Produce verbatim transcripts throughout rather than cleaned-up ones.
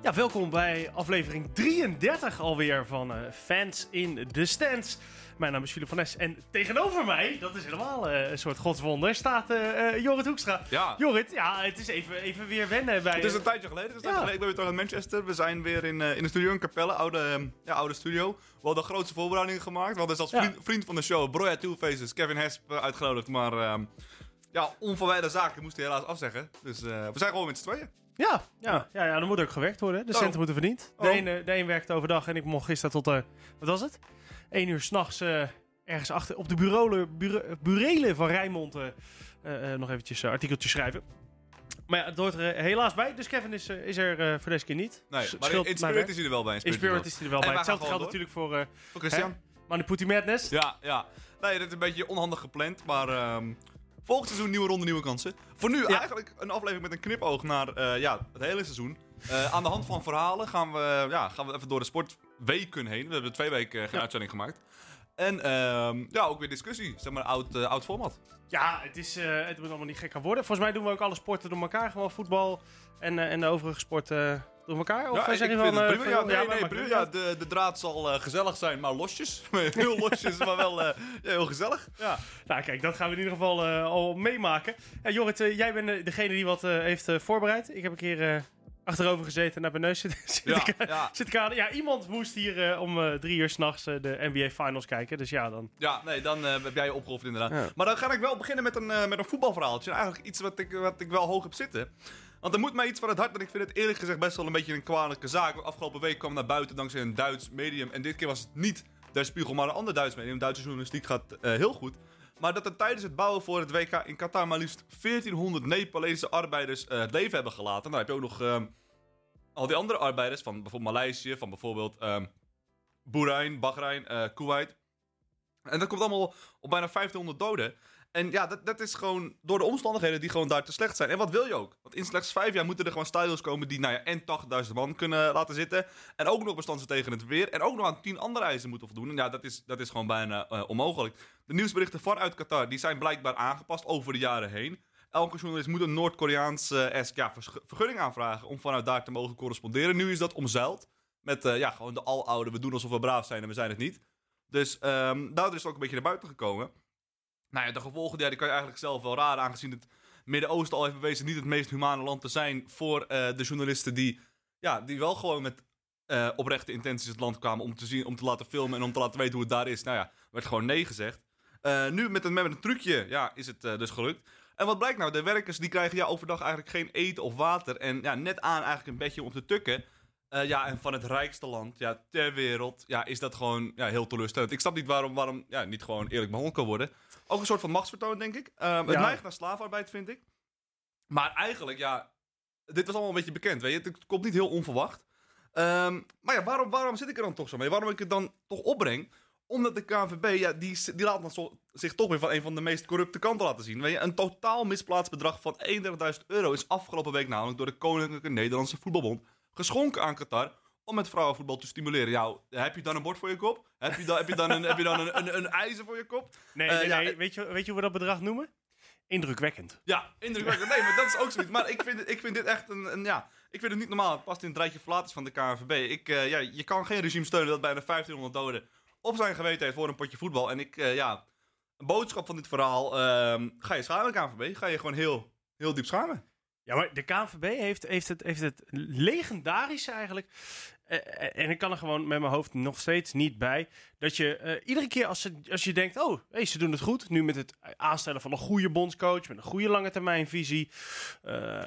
Ja, welkom bij aflevering drieëndertig alweer van uh, Fans in de Stands. Mijn naam is Philip van Nes en tegenover mij, dat is helemaal uh, een soort godswonder, staat uh, uh, Jorrit Hoekstra. Ja. Jorrit, ja, het is even, even weer wennen bij... Het is een tijdje geleden. Het is een tijdje Ja. geleden. Ik ben weer terug in Manchester. We zijn weer in, uh, in de studio in Capelle, oude, um, ja, oude studio. We hadden de grootste voorbereidingen gemaakt. We hadden dus als Ja. vriend, vriend van de show, Broja Two Faces, Kevin Hesp uh, uitgenodigd. Maar um, ja, onverwijde zaken moest hij helaas afzeggen. Dus uh, we zijn gewoon met z'n tweeën. Ja, ja, ja, ja, er moet ook gewerkt worden. De Oh. centen moeten verdiend. De Oh. ene, de een werkte overdag en ik mocht gisteren tot, uh, wat was het? Eén uur s'nachts uh, ergens achter op de bureaulen, bure, burelen van Rijnmond uh, uh, uh, nog eventjes uh, artikeltjes schrijven. Maar ja, het hoort er uh, helaas bij. Dus Kevin is, uh, is er uh, voor deze keer niet. Nee, S- maar scheelt in mij spirit werk. is hij er wel bij. In In spirit, spirit is hij er wel En bij. wij gaan Hetzelfde geldt gewoon natuurlijk voor uh, Voor Christian. Maniputi Madness. Ja, ja. Nee, dit is een beetje onhandig gepland, maar um, volgend seizoen nieuwe ronde, nieuwe kansen. Voor nu Ja. eigenlijk een aflevering met een knipoog naar uh, ja, het hele seizoen. Uh, aan de hand van verhalen gaan we, ja, gaan we even door de sportweken heen. We hebben twee weken uh, geen Ja. uitzending gemaakt. En um, ja, ook weer discussie. Zeg maar, oud, uh, oud format. Ja, het, is, uh, het moet allemaal niet gekker worden. Volgens mij doen we ook alle sporten door elkaar. Gewoon voetbal en, uh, en de overige sporten door elkaar. Of Ja, uh, ik zeg je vind van... het uh, prima. van- Ja, nee, maar nee, maakt prima. niet Ja, uit. de, de draad zal uh, gezellig zijn, maar losjes. Heel losjes, maar wel uh, ja, heel gezellig. Ja. Nou kijk, dat gaan we in ieder geval uh, al meemaken. Ja, Jorrit, uh, jij bent uh, degene die wat uh, heeft uh, voorbereid. Ik heb een keer uh, achterover gezeten en naar mijn neus zitten, zitten, Ja, ka- ja. zitten kaden. Ja, iemand moest hier uh, om uh, drie uur s'nachts uh, de N B A Finals kijken. Dus ja, dan... Ja, nee, dan uh, heb jij je opgeofferd inderdaad. Ja. Maar dan ga ik wel beginnen met een, uh, met een voetbalverhaaltje. Eigenlijk iets wat ik, wat ik wel hoog heb zitten. Want er moet mij iets van het hart, en ik vind het eerlijk gezegd best wel een beetje een kwalijke zaak. Want afgelopen week kwam naar buiten dankzij een Duits medium. En dit keer was het niet Der Spiegel, maar een ander Duits medium. Duitse journalistiek gaat uh, heel goed. Maar dat er tijdens het bouwen voor het W K in Qatar maar liefst veertienhonderd Nepalese arbeiders uh, het leven hebben gelaten. Dan heb je ook nog... Uh, al die andere arbeiders, van bijvoorbeeld Maleisië, van bijvoorbeeld um, Bahrein, Bahrein, uh, Kuwait. En dat komt allemaal op bijna vijftienhonderd doden. En ja, dat, dat is gewoon door de omstandigheden die gewoon daar te slecht zijn. En wat wil je ook? Want in slechts vijf jaar moeten er gewoon stadions komen die, nou ja, en tachtigduizend man kunnen laten zitten. En ook nog bestand zijn tegen het weer. En ook nog aan tien andere eisen moeten voldoen. En ja, dat is, dat is gewoon bijna uh, onmogelijk. De nieuwsberichten vanuit Qatar, die zijn blijkbaar aangepast over de jaren heen. Elke journalist moet een Noord-Koreaans-esk ja, vergunning aanvragen om vanuit daar te mogen corresponderen. Nu is dat omzeild. Met uh, ja, gewoon de aloude, we doen alsof we braaf zijn en we zijn het niet. Dus um, daardoor is het ook een beetje naar buiten gekomen. Nou ja, de gevolgen ja, die kan je eigenlijk zelf wel raden, aangezien het Midden-Oosten al heeft bewezen niet het meest humane land te zijn voor uh, de journalisten die, ja, die wel gewoon met uh, oprechte intenties het land kwamen om te zien, om te laten filmen en om te laten weten hoe het daar is. Nou ja, werd gewoon nee gezegd. Uh, nu met een, met een trucje ja, is het uh, dus gelukt. En wat blijkt nou? De werkers die krijgen ja, overdag eigenlijk geen eten of water. En ja, net aan eigenlijk een bedje om te tukken. Uh, ja, en van het rijkste land ja, ter wereld ja, is dat gewoon ja, heel teleurstellend. Ik snap niet waarom, waarom ja, niet gewoon eerlijk behandeld kan worden. Ook een soort van machtsvertoon, denk ik. Um, het Ja. neigt naar slaafarbeid, vind ik. Maar eigenlijk, ja, dit was allemaal een beetje bekend, weet je. Het komt niet heel onverwacht. Um, maar ja, waarom, waarom zit ik er dan toch zo mee? Waarom ik het dan toch opbreng? Omdat de K N V B, ja, die, die laat dan zo, zich toch weer van een van de meest corrupte kanten laten zien. Weet je? Een totaal misplaatst bedrag van eenendertigduizend euro is afgelopen week namelijk door de Koninklijke Nederlandse Voetbalbond geschonken aan Qatar om het vrouwenvoetbal te stimuleren. Ja, heb je dan een bord voor je kop? Heb je dan, heb je dan, een, heb je dan een, een, een ijzer voor je kop? Nee, Uh, nee, ja, nee. Weet, je, weet je hoe we dat bedrag noemen? Indrukwekkend. Ja, indrukwekkend. Nee, maar dat is ook zoiets. Maar ik vind, ik vind dit echt een, een... Ja, ik vind het niet normaal. Het past in het rijtje verlaters van de K N V B. Ik, uh, ja, je kan geen regime steunen dat bijna vijftienhonderd doden op zijn geweten heeft voor een potje voetbal. En ik, uh, ja... Een boodschap van dit verhaal... Uh, ga je schamen, K N V B? Ga je gewoon heel, heel diep schamen? Ja, maar de K N V B heeft, heeft, het, heeft het legendarische eigenlijk... Uh, en ik kan er gewoon met mijn hoofd nog steeds niet bij... dat je uh, iedere keer als, ze, als je denkt... oh, hey, ze doen het goed. Nu met het aanstellen van een goede bondscoach... met een goede lange termijn visie... Uh,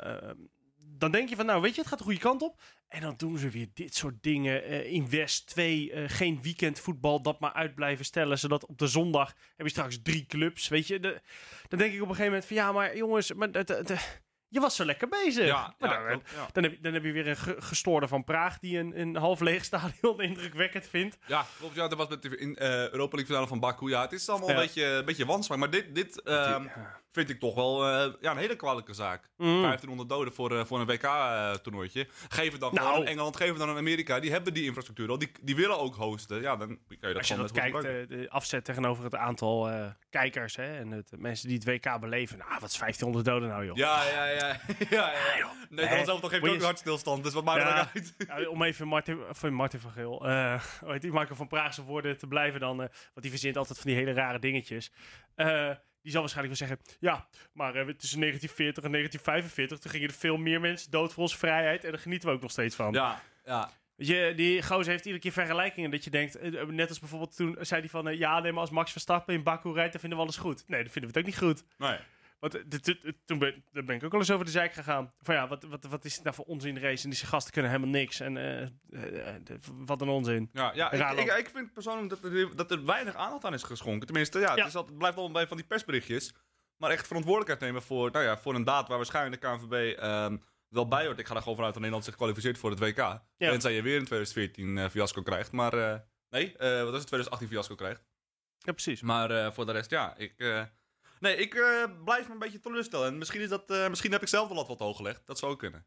dan denk je van, nou weet je, het gaat de goede kant op. En dan doen ze weer dit soort dingen. Uh, in West twee, uh, geen weekendvoetbal, dat maar uit blijven stellen. Zodat op de zondag heb je straks drie clubs, weet je. De, dan denk ik op een gegeven moment van, ja, maar jongens... Maar de, de, de, je was zo lekker bezig. Ja, maar ja, dan, klopt, ja. Dan, heb, dan heb je weer een ge, gestoorde van Praag... die een, een half leeg stadion indrukwekkend vindt. Ja, klopt. Ja, dat was met de in, uh, Europa League finale van Baku. Ja, het is allemaal Ja. een beetje, een beetje wansmaak. Maar dit... dit um, Ja. vind ik toch wel uh, ja, een hele kwalijke zaak. Mm. vijftienhonderd doden voor, uh, voor een W K-toernooitje. Uh, geef het dan nou. gewoon aan Engeland, geef het dan aan Amerika. Die hebben die infrastructuur al. Die, die willen ook hosten. Ja, dan kan je dat Als je dat kijkt, uh, de afzet tegenover het aantal uh, kijkers hè, en het, mensen die het W K beleven. Nou, wat is vijftienhonderd doden nou, joh? Ja, ja, ja. ja, ja, ja. Nee, dan zelf toch even ook hartstilstand. Dus wat maakt ja, er uit? Ja, om even Martin, van Martin van Geel, uh, die Marco van Praagse woorden te blijven dan. Uh, want die verzint altijd van die hele rare dingetjes. Uh, Die zal waarschijnlijk wel zeggen... Ja, maar uh, tussen negentien veertig en negentien vijfenveertig... toen gingen er veel meer mensen dood voor onze vrijheid... en daar genieten we ook nog steeds van. Ja, ja. Weet je, die gozer heeft iedere keer vergelijkingen... dat je denkt... Uh, net als bijvoorbeeld toen zei hij van... Uh, ja, nee, maar als Max Verstappen in Baku rijdt... dan vinden we alles goed. Nee, dan vinden we het ook niet goed. Nee. Want uh, t- t- toen ben, ben ik ook wel eens over de zeik gegaan. Van ja, wat, wat, wat is het nou voor onzin race? En die gasten kunnen helemaal niks. En uh, uh, uh, wat een onzin. Ja, ja ik, ik, ik vind persoonlijk dat er, dat er weinig aandacht aan is geschonken. Tenminste, ja, het, ja. Is altijd, het blijft allemaal bij van die persberichtjes. Maar echt verantwoordelijkheid nemen voor, nou ja, voor een daad waar waarschijnlijk de K N V B um, wel bij hoort. Ik ga er gewoon vanuit dat Nederland zich kwalificeert voor het W K. Ja. Tenzij je weer in twintig veertien uh, fiasco krijgt. Maar uh, nee, uh, wat is het, twintig achttien fiasco krijgt. Ja, precies. Maar uh, voor de rest, ja, ik... Uh, Nee, ik uh, blijf me een beetje teleurstellen. En misschien, is dat, uh, misschien heb ik zelf de lat wat hoog gelegd. Dat zou ook kunnen.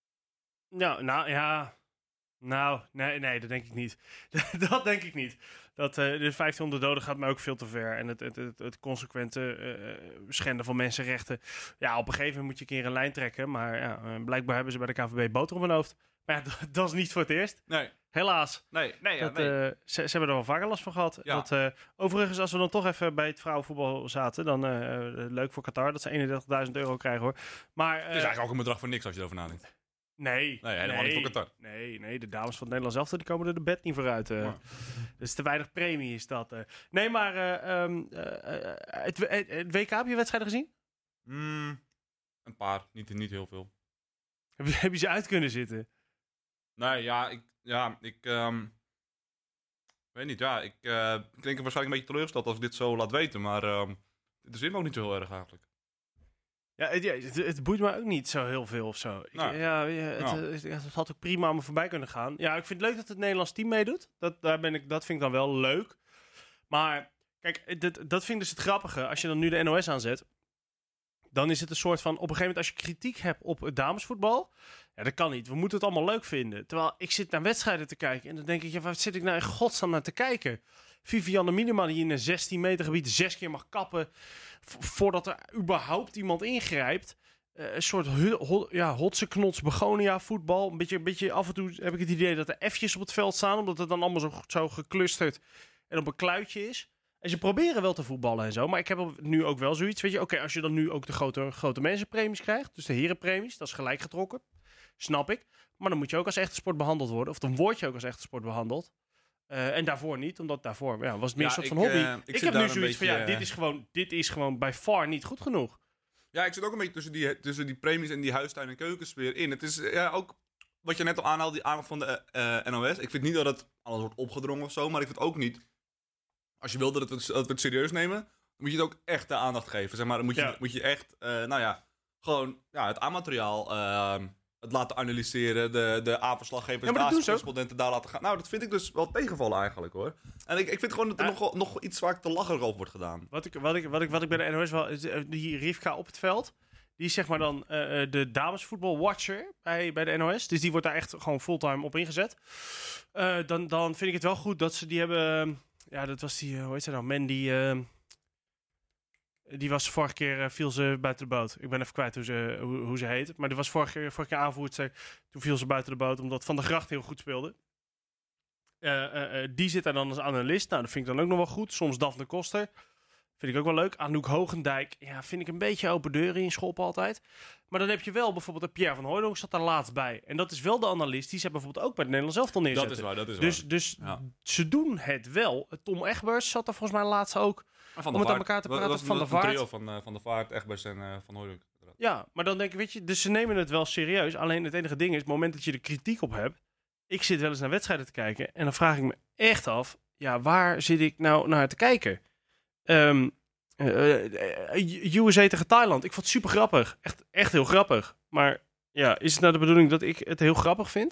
Ja, nou ja... Nou, nee, nee, dat denk ik niet. dat denk ik niet. Dat uh, de vijftienhonderd doden gaat mij ook veel te ver. En het, het, het, het consequente uh, schenden van mensenrechten. Ja, op een gegeven moment moet je een keer een lijn trekken. Maar ja, uh, blijkbaar hebben ze bij de K N V B boter op hun hoofd. Maar ja, dat, dat is niet voor het eerst. Nee. Helaas. Nee, nee, ja, dat, nee. Uh, ze, ze hebben er wel vaker last van gehad. Ja. Dat, uh, overigens, als we dan toch even bij het vrouwenvoetbal zaten, dan uh, leuk voor Qatar dat ze eenendertigduizend euro krijgen, hoor. Maar, uh, het is eigenlijk ook een bedrag voor niks als je erover nadenkt. Nee. Nee, helemaal nee, niet voor Qatar. Nee, nee, de dames van het Nederlands elftal die komen er de bed niet vooruit. Uh. Ja. Dus te weinig premie is dat. Uh. Nee, maar uh, um, uh, het, het, het W K, heb je wedstrijden gezien? Mm, een paar, niet, niet heel veel. Heb je, heb je ze uit kunnen zitten? Nee, ja, ik... Ja, ik... Um, weet niet, ja, ik... Uh, ik denk er waarschijnlijk een beetje teleurgesteld als ik dit zo laat weten, maar... Um, het is me ook niet zo heel erg eigenlijk. Ja, het, ja het, het boeit me ook niet zo heel veel of zo. Ik, nou, ja, ja, het, nou. het, het, het had ook prima aan me voorbij kunnen gaan. Ja, ik vind het leuk dat het Nederlands team meedoet. Dat, daar ben ik, dat vind ik dan wel leuk. Maar, kijk, dat, dat vind ik dus het grappige. Als je dan nu de N O S aanzet... dan is het een soort van... op een gegeven moment als je kritiek hebt op het damesvoetbal... ja, dat kan niet. We moeten het allemaal leuk vinden. Terwijl ik zit naar wedstrijden te kijken... en dan denk ik, ja, wat zit ik nou in godsnaam naar te kijken? Vivianne Minima die in een zestien meter gebied zes keer mag kappen... V- voordat er überhaupt iemand ingrijpt. Uh, een soort hu- ho- ja, hotse knots begonia voetbal. Een beetje, een beetje af en toe heb ik het idee dat er F'jes op het veld staan... omdat het dan allemaal zo, zo geclusterd en op een kluitje is... En ze proberen wel te voetballen en zo. Maar ik heb nu ook wel zoiets. Weet je, oké, okay, als je dan nu ook de grote, grote mensenpremies krijgt. Dus de herenpremies, dat is gelijk getrokken. Snap ik. Maar dan moet je ook als echte sport behandeld worden. Of dan word je ook als echte sport behandeld. Uh, en daarvoor niet. Omdat daarvoor ja, was het meer ja, een soort ik, van hobby. Uh, ik ik heb nu zoiets beetje, van, ja, dit is gewoon, dit is gewoon by far niet goed genoeg. Ja, ik zit ook een beetje tussen die, tussen die premies en die huistuin- en keukensfeer in. Het is ja, ook, wat je net al aanhaalde, die aandacht van de uh, N O S. Ik vind niet dat het alles wordt opgedrongen of zo. Maar ik vind ook niet... Als je wil dat we, het, dat we het serieus nemen, dan moet je het ook echt de aandacht geven. Zeg maar, dan moet je, ja. moet je echt, uh, nou ja, gewoon ja, het A-materiaal uh, het laten analyseren. De, de A-verslaggevers, ja, de A-correspondenten daar laten gaan. Nou, dat vind ik dus wel tegenvallen eigenlijk, hoor. En ik, ik vind gewoon dat er uh, nog, nog iets vaak te lachen over wordt gedaan. Wat ik, wat ik, wat ik, wat ik bij de N O S wel... Die Rivka op het veld, die is zeg maar dan uh, de damesvoetbal-watcher bij, bij de N O S. Dus die wordt daar echt gewoon fulltime op ingezet. Uh, dan, dan vind ik het wel goed dat ze die hebben... Uh, Ja, dat was die, uh, hoe heet ze nou? Mandy, uh, die was vorige keer, uh, viel ze buiten de boot. Ik ben even kwijt hoe ze, hoe, hoe ze heet. Maar die was vorige keer, vorige keer aanvoerster. Toen viel ze buiten de boot, omdat Van der Gracht heel goed speelde. Uh, uh, uh, die zit daar dan als analist. Nou, dat vind ik dan ook nog wel goed. Soms Daphne Koster. Vind ik ook wel leuk. Anouk Hogendijk, ja, vind ik een beetje open deuren in Schop altijd. Maar dan heb je wel bijvoorbeeld Pierre van Hooijdonk zat daar laatst bij. En dat is wel de analist die ze bijvoorbeeld ook bij het Nederlands elftal neerzetten. Dat is waar, dat is dus, waar. Dus ja. ze doen het wel. Tom Egbers zat daar volgens mij laatst ook. Van om het aan elkaar te praten. Dat was van de Vaart. Een trio van, uh, van de Vaart, Egbers en uh, Van Hooijdonk. Ja, maar dan denk ik, weet je, dus ze nemen het wel serieus. Alleen het enige ding is, het moment dat je er kritiek op hebt. Ik zit wel eens naar wedstrijden te kijken. En dan vraag ik me echt af, ja, waar zit ik nou naar te kijken? Um, Uh, uh, U S A tegen Thailand. Ik vond het super grappig. Echt, echt heel grappig. Maar ja, is het nou de bedoeling dat ik het heel grappig vind?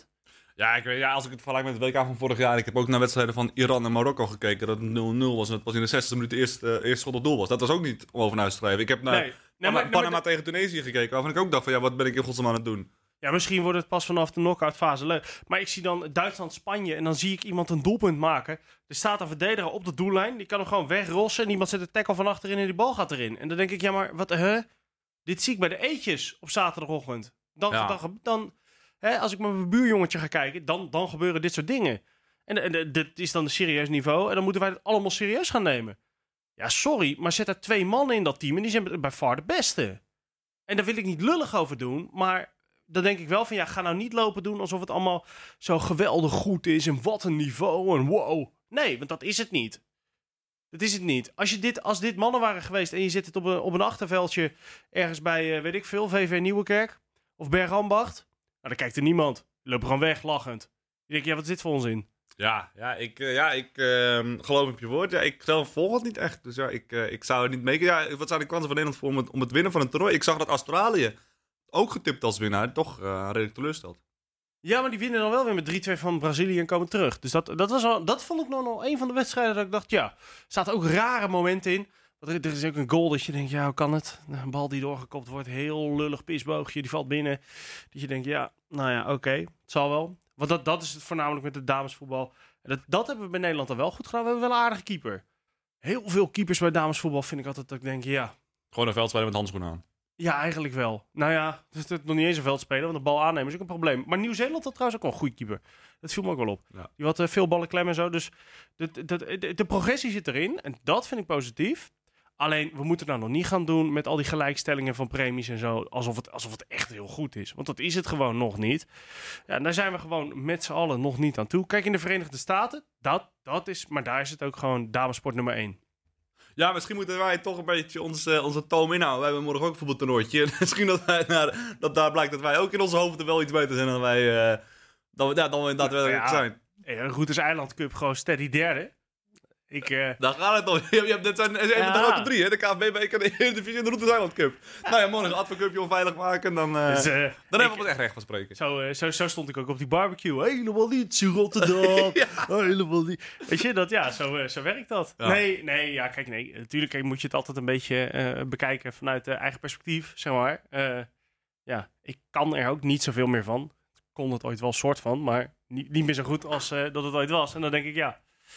Ja, ik weet, ja, als ik het vergelijk met het W K van vorig jaar... Ik heb ook naar wedstrijden van Iran en Marokko gekeken... dat het nul nul was en het pas in de zestigste minuut de eerste, uh, eerste schot op doel was. Dat was ook niet om over naar huis te schrijven. Ik heb naar Nee. Nee, Panama, maar- Panama maar- tegen Tunesië gekeken... waarvan ik ook dacht van... ja, wat ben ik in godsnaam aan het doen? Ja, misschien wordt het pas vanaf de knock-out fase leuk. Maar ik zie dan Duitsland-Spanje en dan zie ik iemand een doelpunt maken. Er staat een verdediger op de doellijn. Die kan hem gewoon wegrossen. En iemand zet de tackle van achterin en die bal gaat erin. En dan denk ik, ja maar, wat, hè? Dit zie ik bij de eetjes op zaterdagochtend. Dan, Ja. dan, dan hè, als ik met mijn buurjongetje ga kijken, dan, dan gebeuren dit soort dingen. En, en, en dit is dan een serieus niveau. En dan moeten wij het allemaal serieus gaan nemen. Ja, sorry, maar zet er twee mannen in dat team en die zijn bij far de beste. En daar wil ik niet lullig over doen, maar dan denk ik wel van, ja, ga nou niet lopen doen alsof het allemaal zo geweldig goed is en wat een niveau en wow. Nee, want dat is het niet. Dat is het niet. Als, je dit, als dit mannen waren geweest en je zit het op een, op een achterveldje ergens bij, uh, weet ik veel, V V Nieuwekerk of Bergambacht, nou, dan kijkt er niemand. Die lopen gewoon weg, lachend. Je denkt, ja, wat is dit voor onzin? Ja, ja, ik, uh, ja, ik uh, geloof op je woord. Ja, ik zelf volg het niet echt. Dus ja, ik, uh, ik zou het niet meekijken. Ja, wat zijn de kansen van Nederland voor om het, om het winnen van een toernooi? Ik zag dat Australië, ook getipt als winnaar, toch uh, redelijk teleursteld. Ja, maar die winnen dan wel weer met drie twee van Brazilië en komen terug. Dus dat, dat, was al, dat vond ik nog wel een van de wedstrijden dat ik dacht, ja, er zaten ook rare momenten in. Want er, er is ook een goal dat je denkt, ja, hoe kan het? Een bal die doorgekopt wordt, heel lullig pisboogje, die valt binnen. Dat je denkt, ja, nou ja, oké, okay, het zal wel. Want dat, dat is het voornamelijk met het damesvoetbal. Dat, dat hebben we bij Nederland dan wel goed gedaan. We hebben wel een aardige keeper. Heel veel keepers bij damesvoetbal vind ik altijd dat ik denk, ja. Gewoon een veldspeler met handschoenen aan. Ja, eigenlijk wel. Nou ja, het is nog niet eens een veldspelen, want de bal aannemen is ook een probleem. Maar Nieuw-Zeeland had trouwens ook wel een goede keeper. Dat viel me ook wel op. Ja. Die had uh, veel ballen klemmen en zo. Dus de, de, de, de, de progressie zit erin. En dat vind ik positief. Alleen, we moeten het nou nog niet gaan doen met al die gelijkstellingen van premies en zo. Alsof het, alsof het echt heel goed is. Want dat is het gewoon nog niet. Ja, en daar zijn we gewoon met z'n allen nog niet aan toe. Kijk, in de Verenigde Staten, dat, dat is... Maar daar is het ook gewoon damesport nummer één. Ja, misschien moeten wij toch een beetje onze, onze toom inhouden. We hebben morgen ook een voetbaltoernooitje. Misschien dat, wij naar, dat daar blijkt dat wij ook in onze hoofden wel iets beter zijn dan wij... Uh, dan, ja, dan we inderdaad ja, zijn. Ja, Routers Eiland Cup gewoon steady derde. Ik, uh... Daar gaat het om. Je hebt, dit zijn even ja. de grote drie, hè? De K N V B, de Eredivisie en de Routers Eiland Cup. Nou ja, morgen een advocupje onveilig maken. Dan, uh, dus, uh, dan ik, hebben we het echt recht van spreken. Zo, uh, zo, zo stond ik ook op die barbecue. Helemaal niet, Rotterdam. ja. Helemaal niet. Weet je, dat, ja, zo, uh, zo werkt dat. Ja. Nee, nee, ja, kijk, nee. Natuurlijk moet je het altijd een beetje uh, bekijken vanuit uh, eigen perspectief, zeg maar. Uh, ja, ik kan er ook niet zoveel meer van. Ik kon het ooit wel soort van, maar niet, niet meer zo goed als uh, dat het ooit was. En dan denk ik, ja...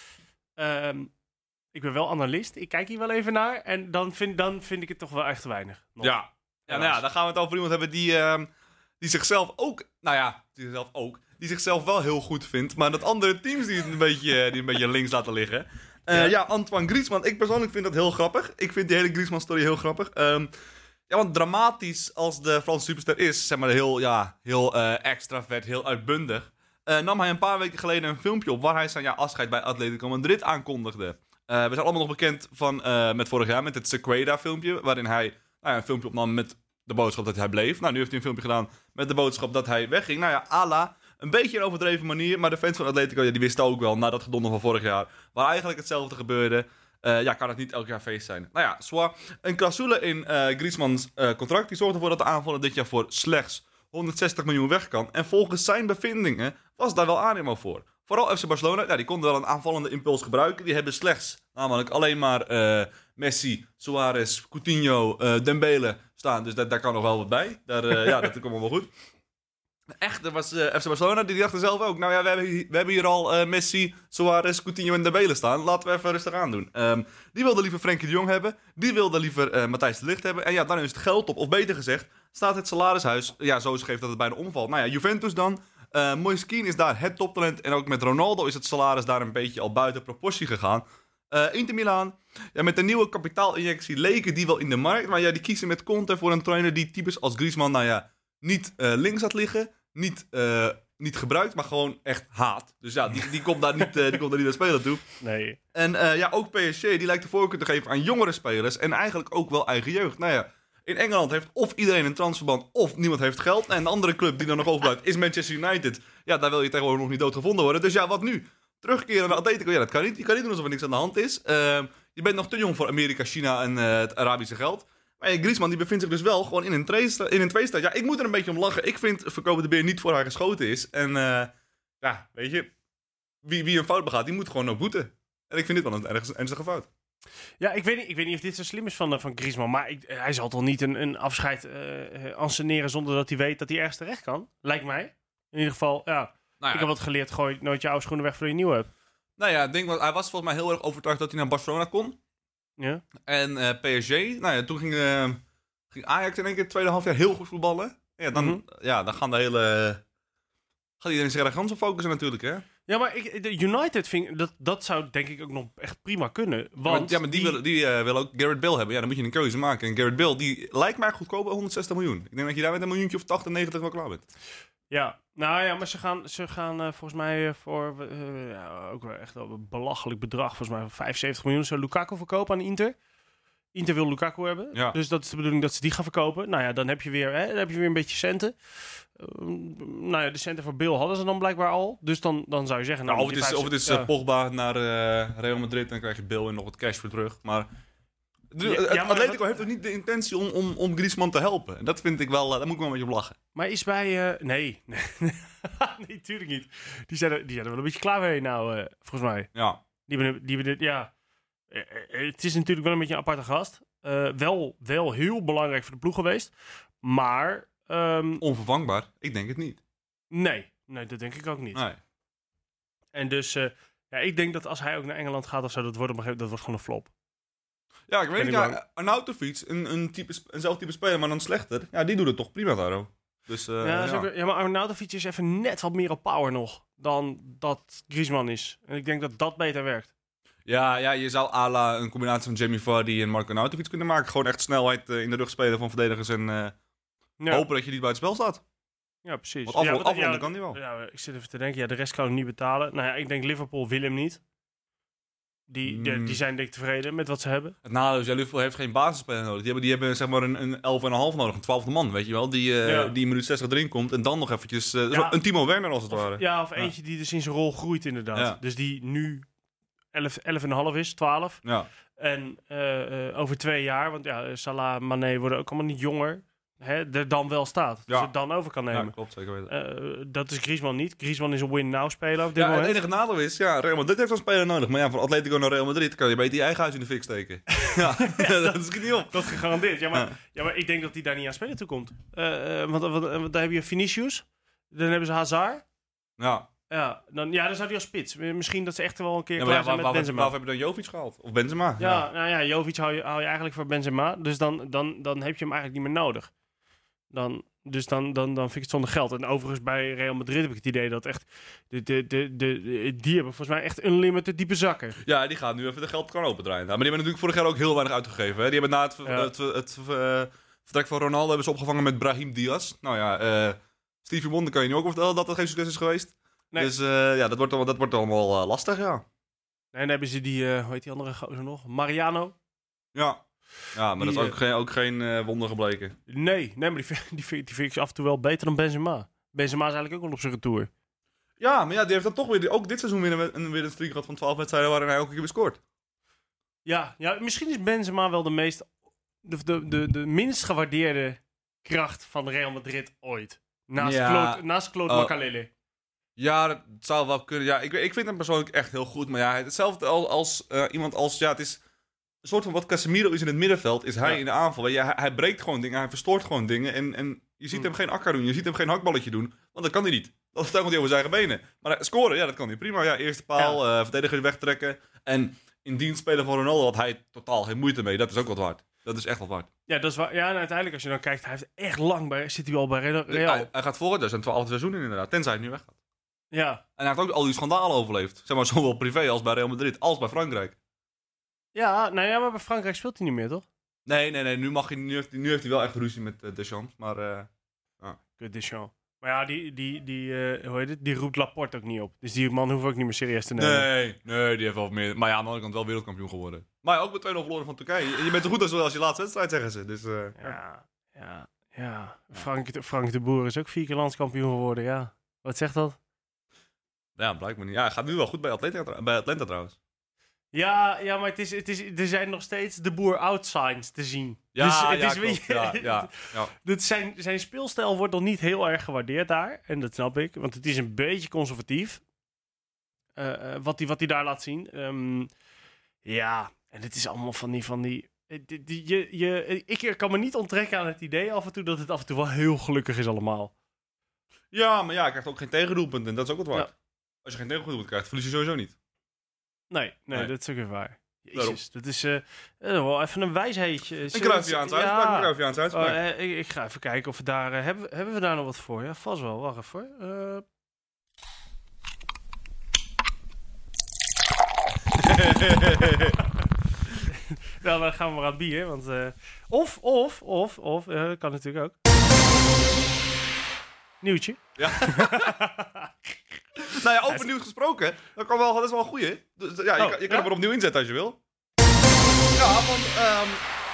Um, ik ben wel analist. Ik kijk hier wel even naar. En dan vind, dan vind ik het toch wel echt te weinig. Nog. Ja. Ja, nou ja, dan gaan we het over iemand hebben die, uh, die zichzelf ook... Nou ja, die zichzelf ook... Die zichzelf wel heel goed vindt. Maar dat andere teams die het een beetje, die een beetje links laten liggen. Uh, ja. ja, Antoine Griezmann. Ik persoonlijk vind dat heel grappig. Ik vind die hele Griezmann-story heel grappig. Um, ja, want dramatisch als de Franse superster is... Zeg maar heel, ja, heel uh, extravert, heel uitbundig... Uh, nam hij een paar weken geleden een filmpje op... waar hij zijn ja, afscheid bij Atletico Madrid aankondigde. Uh, we zijn allemaal nog bekend van uh, met vorig jaar... met het Sequeda-filmpje... waarin hij nou ja, een filmpje opnam met de boodschap dat hij bleef. Nou, nu heeft hij een filmpje gedaan met de boodschap dat hij wegging. Nou ja, à la, een beetje een overdreven manier... maar de fans van Atletico ja, die wisten ook wel... na dat gedonder van vorig jaar... waar eigenlijk hetzelfde gebeurde... Uh, ja, kan het niet elk jaar feest zijn. Nou ja, zwaar. Een clausule in uh, Griezmanns uh, contract... die zorgt ervoor dat de aanvaller dit jaar voor slechts... honderdzestig miljoen weg kan. En volgens zijn bevindingen was daar wel animo voor. Vooral F C Barcelona, ja, die konden wel een aanvallende impuls gebruiken. Die hebben slechts, namelijk alleen maar uh, Messi, Suarez, Coutinho, uh, Dembele staan. Dus dat, daar kan nog wel wat bij. Daar, uh, ja, dat komt allemaal wel goed. Echt, er was uh, F C Barcelona, die dachten zelf ook. Nou ja, we hebben hier, we hebben hier al uh, Messi, Suarez, Coutinho en Dembele staan. Laten we even rustig aan doen. Um, die wilde liever Frenkie de Jong hebben. Die wilde liever uh, Matthijs de Ligt hebben. En ja, dan is het geld op. Of beter gezegd, staat het salarishuis ja, zo scheef dat het bijna omvalt. Nou ja, Juventus dan. Uh, Moise Kean is daar het toptalent. En ook met Ronaldo is het salaris daar een beetje al buiten proportie gegaan. Uh, Inter Milaan. Ja, met de nieuwe kapitaalinjectie leken die wel in de markt. Maar ja, die kiezen met Conte voor een trainer die types als Griezmann, nou ja, niet uh, links had liggen. Niet, uh, niet gebruikt, maar gewoon echt haat. Dus ja, die, die komt daar niet, uh, die komt daar niet naar spelen toe. Nee. En uh, ja, ook P S G, die lijkt de voorkeur te geven aan jongere spelers. En eigenlijk ook wel eigen jeugd. Nou ja, in Engeland heeft of iedereen een transferband of niemand heeft geld. En de andere club die dan nog overblijft is Manchester United. Ja, daar wil je tegenwoordig nog niet doodgevonden worden. Dus ja, wat nu? Terugkeren naar Atletico, ja, dat kan niet. Je kan niet doen alsof er niks aan de hand is. Uh, je bent nog te jong voor Amerika, China en uh, het Arabische geld. Maar ja, Griezmann die bevindt zich dus wel gewoon in een, in een tweestrijd. Ja, ik moet er een beetje om lachen. Ik vind Verkopen de Beer niet voor haar geschoten is. En uh, ja, weet je, wie, wie een fout begaat, die moet gewoon ook boeten. En ik vind dit wel een erg ernstige fout. Ja, ik weet niet, ik weet niet of dit zo slim is van, uh, van Griezmann. Maar ik, hij zal toch niet een, een afscheid uh, anseneren zonder dat hij weet dat hij ergens terecht kan? Lijkt mij. In ieder geval, ja. Nou ja. Ik heb wat geleerd, gooi nooit je oude schoenen weg voor je nieuwe hebt. Nou ja, ik denk dat hij was volgens mij heel erg overtuigd dat hij naar Barcelona kon. Ja. En uh, P S G, nou ja, toen ging, uh, ging Ajax in één keer het tweede half jaar heel goed voetballen. Ja, dan, mm-hmm. ja, dan gaan de hele... Gaat iedereen zich ergens op focussen natuurlijk, hè? Ja, maar ik, de United vind dat, dat zou denk ik ook nog echt prima kunnen. Want ja, maar, ja, maar die, die willen die, uh, wil ook Gareth Bale hebben. Ja, dan moet je een keuze maken. En Gareth Bale, die lijkt mij goedkoop bij honderdzestig miljoen. Ik denk dat je daar met een miljoentje of tachtig, negentig wel klaar bent. Ja, nou ja, maar ze gaan, ze gaan uh, volgens mij uh, voor uh, ja, ook wel echt een belachelijk bedrag. Volgens mij vijfenzeventig miljoen zo Lukaku verkopen aan Inter. Inter wil Lukaku hebben. Ja. Dus dat is de bedoeling dat ze die gaan verkopen. Nou ja, dan heb je weer, hè, dan heb je weer een beetje centen. Uh, nou ja, de centen voor Bale hadden ze dan blijkbaar al. Dus dan, dan zou je zeggen... Nou, nou, of, het is, of het is ja. uh, Pogba naar uh, Real Madrid en dan krijg je Bale en nog wat cash voor terug. Maar... De, ja, ja, maar Atletico wat... heeft ook niet de intentie om, om, om Griezmann te helpen. En dat vind ik wel, uh, daar moet ik wel een beetje op lachen. Maar is bij... Uh, nee, nee, tuurlijk niet. Die zijn, er, die zijn er wel een beetje klaar mee nou, uh, volgens mij. Ja. Die, die, die, ja. Uh, het is natuurlijk wel een beetje een aparte gast. Uh, wel, wel heel belangrijk voor de ploeg geweest. Maar... Um, Onvervangbaar? Ik denk het niet. Nee, nee, dat denk ik ook niet. Nee. En dus... Uh, ja, ik denk dat als hij ook naar Engeland gaat of zo, dat wordt, op een gegeven, dat wordt gewoon een flop. Ja, ik weet niet. Ja, Arnautovic, een, een type, eenzelfde type speler, maar dan slechter. Ja, die doet het toch prima daar. Dus, uh, ja, ja. Ook, ja, maar Arnautovic is even net wat meer op power nog dan dat Griezmann is. En ik denk dat dat beter werkt. Ja, ja je zou à la een combinatie van Jamie Vardy en Marco Arnautovic kunnen maken. Gewoon echt snelheid uh, in de rug spelen van verdedigers en uh, ja. hopen dat je niet buiten spel staat. Ja, precies. Want afronden ja, ja, kan die wel. Ja, ik zit even te denken, ja, de rest kan hem niet betalen. Nou ja, ik denk Liverpool wil hem niet. Die, de, die zijn denk ik tevreden met wat ze hebben. Het nadeel is, ja, Liverpool heeft geen basisspeler nodig. Die hebben, die hebben zeg maar een, een elf en een half nodig, een twaalfde man, weet je wel. Die, uh, ja. die in minuut zestig erin komt en dan nog eventjes... Uh, ja. Een Timo Werner als het of, ware. Ja, of eentje ja. die dus in zijn rol groeit inderdaad. Ja. Dus die nu elf, elf en een half is, twaalf. Ja. En uh, uh, over twee jaar, want ja, Salah, Mané worden ook allemaal niet jonger... Hè, er dan wel staat. Dus ja. het dan over kan nemen. Ja, klopt, zeker weten. Uh, dat is Griezmann niet. Griezmann is een win-now speler op dit ja, moment. Het enige nadeel is, ja, Real Madrid heeft zo'n speler nodig. Maar ja, van Atletico naar Real Madrid kan je beter je eigen huis in de fik steken. ja, ja, dat is niet op. Dat is gegarandeerd. Ja maar, ja. ja, maar ik denk dat hij daar niet aan spelen toe komt. Uh, uh, want, want, want daar heb je Vinicius. Dan hebben ze Hazard. Ja. Ja, dan, ja, dan zou hij als spits. Misschien dat ze echt wel een keer ja, klaar ja, zijn waar, met waar, Benzema. Waarvoor heb je dan Jovic gehaald? Of Benzema? Ja, ja. nou ja, Jovic hou je, hou je eigenlijk voor Benzema. Dus dan, dan, dan heb je hem eigenlijk niet meer nodig. Dan, dus dan, dan, dan vind ik het zonder geld. En overigens bij Real Madrid heb ik het idee dat echt... De, de, de, de, de, die hebben volgens mij echt unlimited diepe zakken. Ja, die gaan nu even de geld kan opendraaien. Nou, maar die hebben natuurlijk vorig jaar ook heel weinig uitgegeven. Hè? Die hebben na het, ja. het, het, het uh, vertrek van Ronaldo hebben ze opgevangen met Brahim Diaz. Nou ja, uh, Stevie Wonder kan je nu ook vertellen dat dat geen succes is geweest. Nee. Dus uh, ja, dat wordt, dat wordt allemaal uh, lastig, ja. Nee, dan hebben ze die, uh, hoe heet die andere gozer nog? Mariano. Ja. Ja, maar die, dat is ook uh, geen, ook geen uh, wonder gebleken. Nee, nee, maar die vind, die, vind, die vind ik af en toe wel beter dan Benzema. Benzema is eigenlijk ook wel op zijn retour. Ja, maar ja, die heeft dan toch weer, ook dit seizoen weer een, weer een streak gehad van twaalf wedstrijden waarin hij elke keer weer scoort. Ja, ja, misschien is Benzema wel de meest, de, de, de, de minst gewaardeerde kracht van Real Madrid ooit. Naast ja. Claude, naast Claude oh. Makalele. Ja, dat zou wel kunnen. Ja, ik, ik vind hem persoonlijk echt heel goed. Maar ja, hetzelfde als, als uh, iemand als... Ja, het is een soort van wat Casemiro is in het middenveld, is hij ja. in de aanval. Ja, hij, hij breekt gewoon dingen, hij verstoort gewoon dingen. En, en je ziet hmm. hem geen akker doen, je ziet hem geen hakballetje doen. Want dat kan hij niet. Dat staat hij over zijn eigen benen. Maar scoren, ja, dat kan hij prima. Ja, eerste paal, ja. uh, verdediger wegtrekken. En in dienst spelen van Ronaldo had hij totaal geen moeite mee. Dat is ook wat waard. Dat is echt wat waard. Ja, dat is waar. Ja, en uiteindelijk als je dan kijkt, hij heeft echt lang bij, zit hij al bij Real. Hij, hij gaat volgend jaar zijn twaalfde seizoen in inderdaad, tenzij hij nu weggaat. Ja. En hij heeft ook al die schandalen overleefd. Zeg maar, zowel privé als bij Real Madrid, als bij Frankrijk. Ja, nou ja, maar bij Frankrijk speelt hij niet meer, toch? Nee, nee, nee. Nu, mag hij, nu, heeft, hij, nu heeft hij wel echt ruzie met uh, Deschamps, maar... Uh, ah. Kut Deschamps. Maar ja, die, die, die, uh, hoe heet het? Die roept Laporte ook niet op. Dus die man hoeft ook niet meer serieus te nemen. Nee, nee, die heeft wel meer... Maar ja, aan de andere kant wel wereldkampioen geworden. Maar ook met twee nul verloren van Turkije. Je, je bent zo goed als, als je laatste wedstrijd, zeggen ze. Dus, uh, ja, ja, ja. Frank, Frank de Boer is ook vier keer landskampioen geworden, ja. Wat zegt dat? Ja, blijkbaar niet. Ja, hij gaat nu wel goed bij Atlanta, bij Atlanta trouwens. Ja, ja, maar het is, het is, er zijn nog steeds de boer out signs te zien. Ja, dus het ja, is, klopt. Ja, ja, ja. Dat zijn, zijn speelstijl wordt nog niet heel erg gewaardeerd daar. En dat snap ik, want het is een beetje conservatief. Uh, uh, wat hij wat die daar laat zien. Um, ja, en het is allemaal van die... Van die die, die, je, je, ik kan me niet onttrekken aan het idee af en toe dat het af en toe wel heel gelukkig is allemaal. Ja, maar ja, je krijgt ook geen tegendoelpunt en dat is ook wat waard. Ja. Als je geen tegendoelpunt krijgt, verlies je sowieso niet. Nee, nee, Nee. dat is ook weer waar. Jezus, Daarom. dat is uh, uh, wel even een wijsheidje. Een Cruyffiaans uitspraak, een Cruyffiaans uitspraak. Oh, uh, ik, ik ga even kijken of we daar... Uh, hebben, hebben we daar nog wat voor? Ja, vast wel. Wacht even hoor. Uh... Nou, dan gaan we maar aan het bier. Want, uh, of, of, of, of, uh, kan natuurlijk ook. Nieuwtje. Ja. Nou ja, over nieuws gesproken. Dat, kan wel, dat is wel een goeie. Dus, ja, je, oh, kan, je kan ja? hem er opnieuw inzetten als je wil. Ja, want um,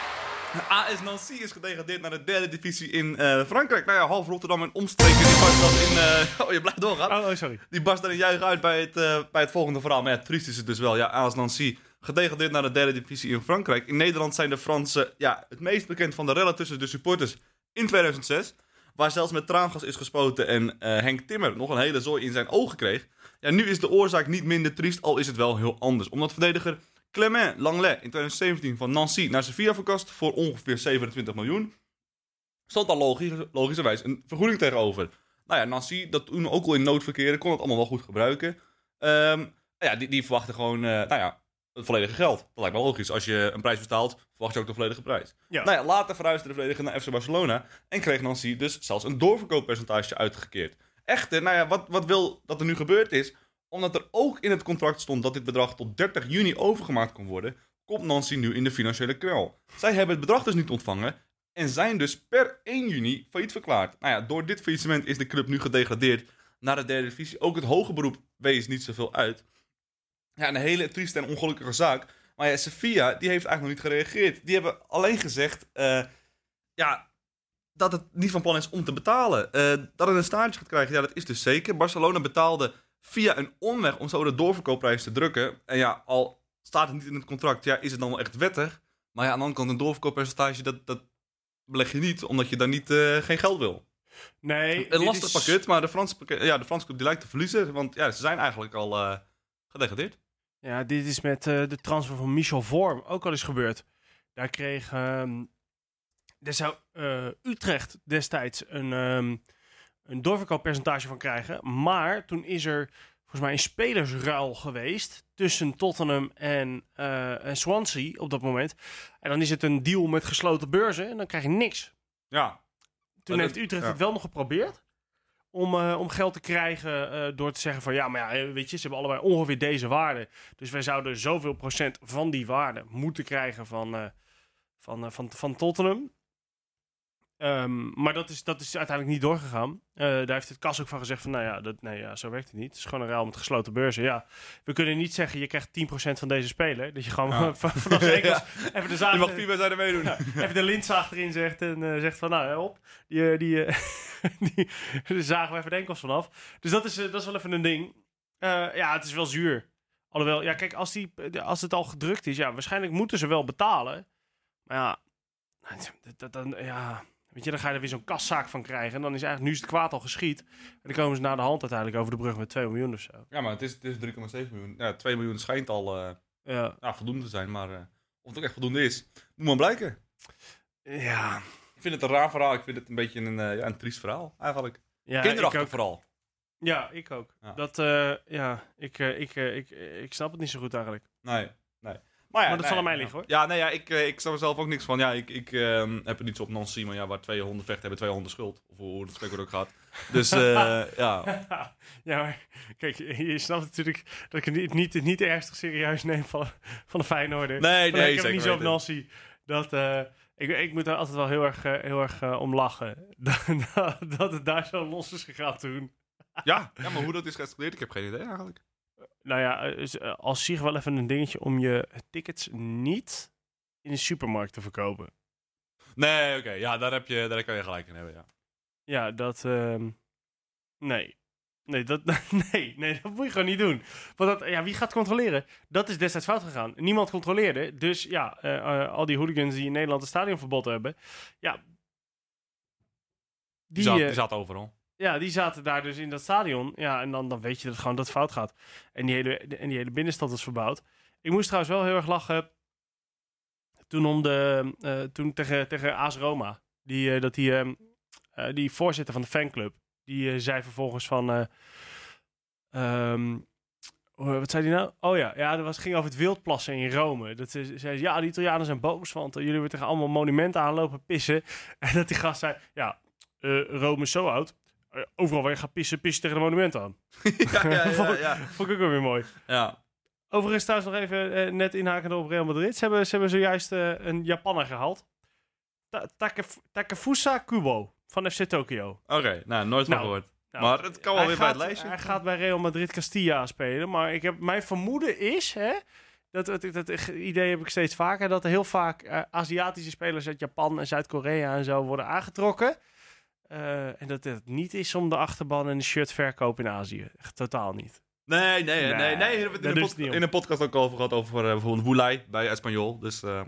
A S Nancy is gedegradeerd naar de derde divisie in uh, Frankrijk. Nou ja, half Rotterdam en omstreken. Die barst dan in... Uh, oh, je blijft doorgaan. Oh, oh, sorry. Die barst dan in juich uit bij het, uh, bij het volgende verhaal. Maar ja, triest is het dus wel. Ja, A S Nancy gedegradeerd naar de derde divisie in Frankrijk. In Nederland zijn de Fransen ja, het meest bekend van de rellen tussen de supporters in tweeduizend zes. Waar zelfs met traangas is gespoten en uh, Henk Timmer nog een hele zooi in zijn ogen kreeg. Ja, nu is de oorzaak niet minder triest, al is het wel heel anders. Omdat verdediger Clément Langlais in twintig zeventien van Nancy naar Sevilla verkast voor ongeveer zevenentwintig miljoen. Stond daar logisch, logischerwijs een vergoeding tegenover. Nou ja, Nancy, dat toen ook al in nood verkeerde, kon het allemaal wel goed gebruiken. Um, ja, die, die verwachten gewoon, uh, nou ja, het volledige geld. Dat lijkt me logisch. Als je een prijs betaalt, verwacht je ook de volledige prijs. Ja. Nou ja, later verhuisde de verdediger naar F C Barcelona en kreeg Nancy dus zelfs een doorverkooppercentage uitgekeerd. Echter, nou ja, wat, wat wil dat er nu gebeurd is, omdat er ook in het contract stond dat dit bedrag tot dertig juni overgemaakt kon worden, komt Nancy nu in de financiële kwel. Zij hebben het bedrag dus niet ontvangen en zijn dus per één juni failliet verklaard. Nou ja, door dit faillissement is de club nu gedegradeerd naar de derde divisie. Ook het hoge beroep wees niet zoveel uit. Ja, een hele trieste en ongelukkige zaak. Maar ja, Sevilla, die heeft eigenlijk nog niet gereageerd. Die hebben alleen gezegd, uh, ja, dat het niet van plan is om te betalen. Uh, dat het een staartje gaat krijgen, ja, dat is dus zeker. Barcelona betaalde via een omweg om zo de doorverkoopprijs te drukken. En ja, al staat het niet in het contract, ja, is het dan wel echt wettig. Maar ja, aan de andere kant, een doorverkooppercentage, dat, dat beleg je niet, omdat je daar niet, uh, geen geld wil. Nee. Een lastig is... pakket, maar de Franse, pakket, ja, de Franse club die lijkt te verliezen. Want ja, ze zijn eigenlijk al uh, gedegradeerd. Ja, dit is met uh, de transfer van Michel Vorm ook al eens gebeurd. Daar kreeg... Um, daar zou uh, Utrecht destijds een, um, een doorverkooppercentage van krijgen. Maar toen is er volgens mij een spelersruil geweest tussen Tottenham en, uh, en Swansea op dat moment. En dan is het een deal met gesloten beurzen en dan krijg je niks. Ja. Toen dat, heeft Utrecht ja. het wel nog geprobeerd. Om, uh, om geld te krijgen uh, door te zeggen van ja, maar ja, weet je, ze hebben allebei ongeveer deze waarde. Dus wij zouden zoveel procent van die waarde moeten krijgen van, uh, van, uh, van, van Tottenham. Um, maar dat is, dat is uiteindelijk niet doorgegaan. Uh, daar heeft het Kas ook van gezegd van nou ja, dat, nee, ja, zo werkt het niet. Het is gewoon een ruil met gesloten beurzen. Ja, we kunnen niet zeggen je krijgt tien procent van deze speler. Dat je gewoon ja. vanaf de enkels ja. even de zaag... Je mag vier wedstrijden meedoen. Ja, even de lintzaag erin zegt en uh, zegt van nou, op. Die, die, uh, die, die zagen we even de enkels vanaf. Dus dat is, uh, dat is wel even een ding. Uh, ja, het is wel zuur. Alhoewel, ja kijk, als, die, als het al gedrukt is, ja, waarschijnlijk moeten ze wel betalen. Maar ja, dat, dat, ja... Weet je, dan ga je er weer zo'n kaszaak van krijgen. En dan is eigenlijk, nu is het kwaad al geschied. En dan komen ze naar de hand uiteindelijk over de brug met twee miljoen of zo. Ja, maar het is, het is drie komma zeven miljoen. Ja, twee miljoen schijnt al uh, ja. Ja, voldoende te zijn. Maar uh, of het ook echt voldoende is, moet maar blijken. Ja. Ik vind het een raar verhaal. Ik vind het een beetje een, uh, ja, een triest verhaal, eigenlijk. Ja, kinderachtig vooral. Ja, ik ook. Ja. Dat, uh, ja, ik, uh, ik, uh, ik, uh, ik snap het niet zo goed eigenlijk. Nee, nee. Maar, ja, maar dat nee, zal aan mij liggen, hoor. Ja, nee, ja, ik, uh, ik snap er zelf ook niks van. Ja, ik, ik uh, heb er niets op Nancy, maar ja, waar twee honden vechten, hebben twee honden schuld. Of hoe dat spreekwoord ook gaat. Dus, uh, ja. Ja, maar kijk, je snapt natuurlijk dat ik het niet, niet ernstig serieus neem van, van de Feyenoorder. Nee, nee, ik heb het niet zo op Nancy. Dat, uh, ik, ik moet er altijd wel heel erg, uh, heel erg uh, om lachen. dat, dat het daar zo los is gegaan toen. Ja, ja, maar hoe dat is geëscaleerd, ik heb geen idee eigenlijk. Nou ja, als zich wel even een dingetje om je tickets niet in de supermarkt te verkopen. Nee, oké. Okay. Ja, daar, heb je, daar kan je gelijk in hebben, ja. Ja, dat... Uh, nee. Nee, dat, nee, nee, dat moet je gewoon niet doen. Want dat, ja, wie gaat controleren? Dat is destijds fout gegaan. Niemand controleerde. Dus ja, uh, uh, al die hooligans die in Nederland een stadionverbod hebben... Ja, Die, die, zat, uh, die zaten overal. Ja, die zaten daar dus in dat stadion. Ja, en dan, dan weet je dat gewoon dat het fout gaat. En die hele, en die hele binnenstad is verbouwd. Ik moest trouwens wel heel erg lachen... Toen, om de, uh, toen tegen, tegen A S Roma. Die, uh, dat die, uh, uh, die voorzitter van de fanclub... Die uh, zei vervolgens van... Uh, um, wat zei hij nou? Oh ja, ja dat was, ging over het wildplassen in Rome. Dat ze zei, ja, de Italianen zijn boos, want uh, jullie weer tegen allemaal monumenten aanlopen pissen. En dat die gast zei, ja, uh, Rome is zo oud. Uh, overal waar je gaat pissen, pissen tegen de monumenten aan. ja, ja, ja, vond, ja. vond ik ook weer mooi. Ja. Overigens trouwens nog even uh, net inhakende op Real Madrid. Ze hebben, ze hebben zojuist uh, een Japanner gehaald. Ta- Takef- Takefusa Kubo van F C Tokyo. Oké, okay, nou, nooit van nou, gehoord. Nou, maar het kan wel weer gaat, bij het lijstje. Hij gaat bij Real Madrid Castilla spelen. Maar ik heb, mijn vermoeden is... Hè, dat, dat, dat, dat idee heb ik steeds vaker... dat er heel vaak uh, Aziatische spelers uit Japan en Zuid-Korea en zo worden aangetrokken. Uh, en dat het niet is om de achterban en de shirt verkopen in Azië. Echt totaal niet. Nee, nee, nee. nee, nee. nee. We hebben het in, pod- in een podcast ook over gehad over uh, bijvoorbeeld Woelai bij Espanyol. Dus, uh,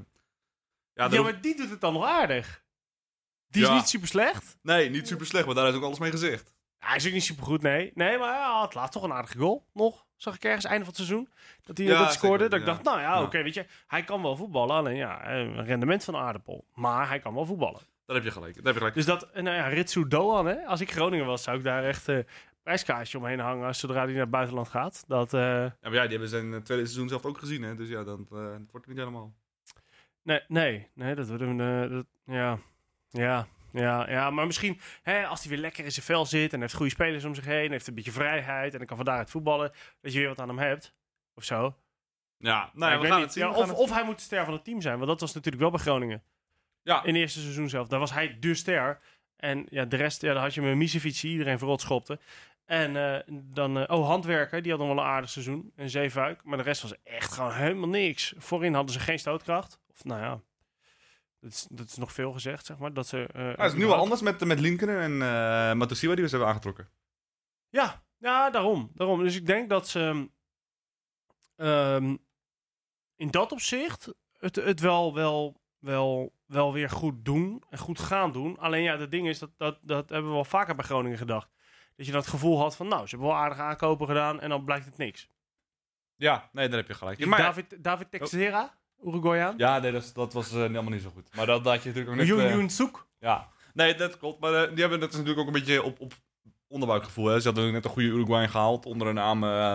ja, ja maar die doet het dan nog aardig. Die ja. is niet super slecht. Nee, niet super slecht, maar daar is ook alles mee gezegd. Hij is ook niet super goed, nee. Nee, maar hij had laatst toch een aardige goal. Nog, zag ik ergens, einde van het seizoen. Dat hij ja, dat scoorde. zeker, dat ik ja. dacht, nou ja, ja. oké, okay, weet je. Hij kan wel voetballen, alleen ja, een rendement van een aardappel. Maar hij kan wel voetballen. Daar heb je gelijk, daar heb je gelijk. Dus dat, nou ja, Ritsu Doan, hè. Als ik Groningen was, zou ik daar echt een uh, prijskaartje omheen hangen zodra hij naar het buitenland gaat. Dat, uh... Ja, maar ja, die hebben zijn tweede seizoen zelf ook gezien, hè. Dus ja, dan, uh, dat wordt het niet helemaal. Nee, nee, nee, dat wordt een, uh, dat, ja, ja... Ja, ja, maar misschien hè, als hij weer lekker in zijn vel zit en heeft goede spelers om zich heen, heeft een beetje vrijheid en dan kan van daaruit voetballen, dat je weer wat aan hem hebt, of zo. Ja, nou ja, we ik gaan niet. het zien. Ja, we of, gaan of hij moet de ster van het team zijn, want dat was natuurlijk wel bij Groningen. Ja. In het eerste seizoen zelf, daar was hij de ster. En ja, de rest, ja, daar had je met Misevic die iedereen verrot schopte. En uh, dan, uh, oh, Handwerker, die had nog wel een aardig seizoen. En Zeefuik, maar de rest was echt gewoon helemaal niks. Voorin hadden ze geen stootkracht. Of nou ja... Dat is, dat is nog veel gezegd, zeg maar. Dat ze, uh, ja, het is nu wel anders met, met Linkenen en uh, Matosiwa die we ze hebben aangetrokken. Ja, ja daarom, daarom. Dus ik denk dat ze um, in dat opzicht het, het wel, wel, wel, wel weer goed doen en goed gaan doen. Alleen ja, het ding is, dat, dat, dat hebben we wel vaker bij Groningen gedacht. Dat je dat gevoel had van, nou, ze hebben wel aardige aankopen gedaan en dan blijkt het niks. Ja, nee, daar heb je gelijk. Dus maar, David, David Texera... Oh. Uruguayan? Ja, nee, dat, dat was uh, helemaal niet zo goed. Maar dat, dat had je natuurlijk ook net... Yoon Uh, Yoon Soek? Ja, nee, dat klopt. Maar uh, die hebben dat is natuurlijk ook een beetje op, op onderbuikgevoel. Hè. Ze hadden net een goede Uruguayan gehaald onder de naam uh,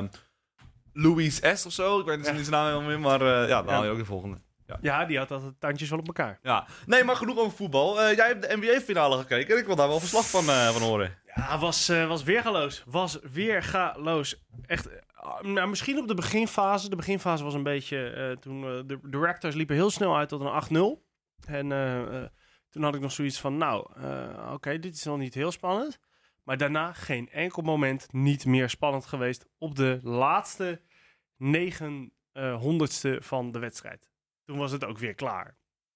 Luis S. of zo. Ik weet niet ja. zijn naam helemaal meer, maar uh, ja, dan ja. haal je ook de volgende. Ja. ja, die had altijd tandjes wel op elkaar. Ja, nee, maar genoeg over voetbal. Uh, jij hebt de N B A-finale gekeken en ik wil daar wel verslag van, uh, van horen. Ja, was, uh, was weergaloos. Was weergaloos. Echt... Nou, misschien op de beginfase. De beginfase was een beetje... Uh, toen uh, de, de Raptors liepen heel snel uit tot een acht nul. En uh, uh, toen had ik nog zoiets van... Nou, uh, oké, okay, dit is nog niet heel spannend. Maar daarna geen enkel moment niet meer spannend geweest... op de laatste negen uh, honderdste van de wedstrijd. Toen was het ook weer klaar.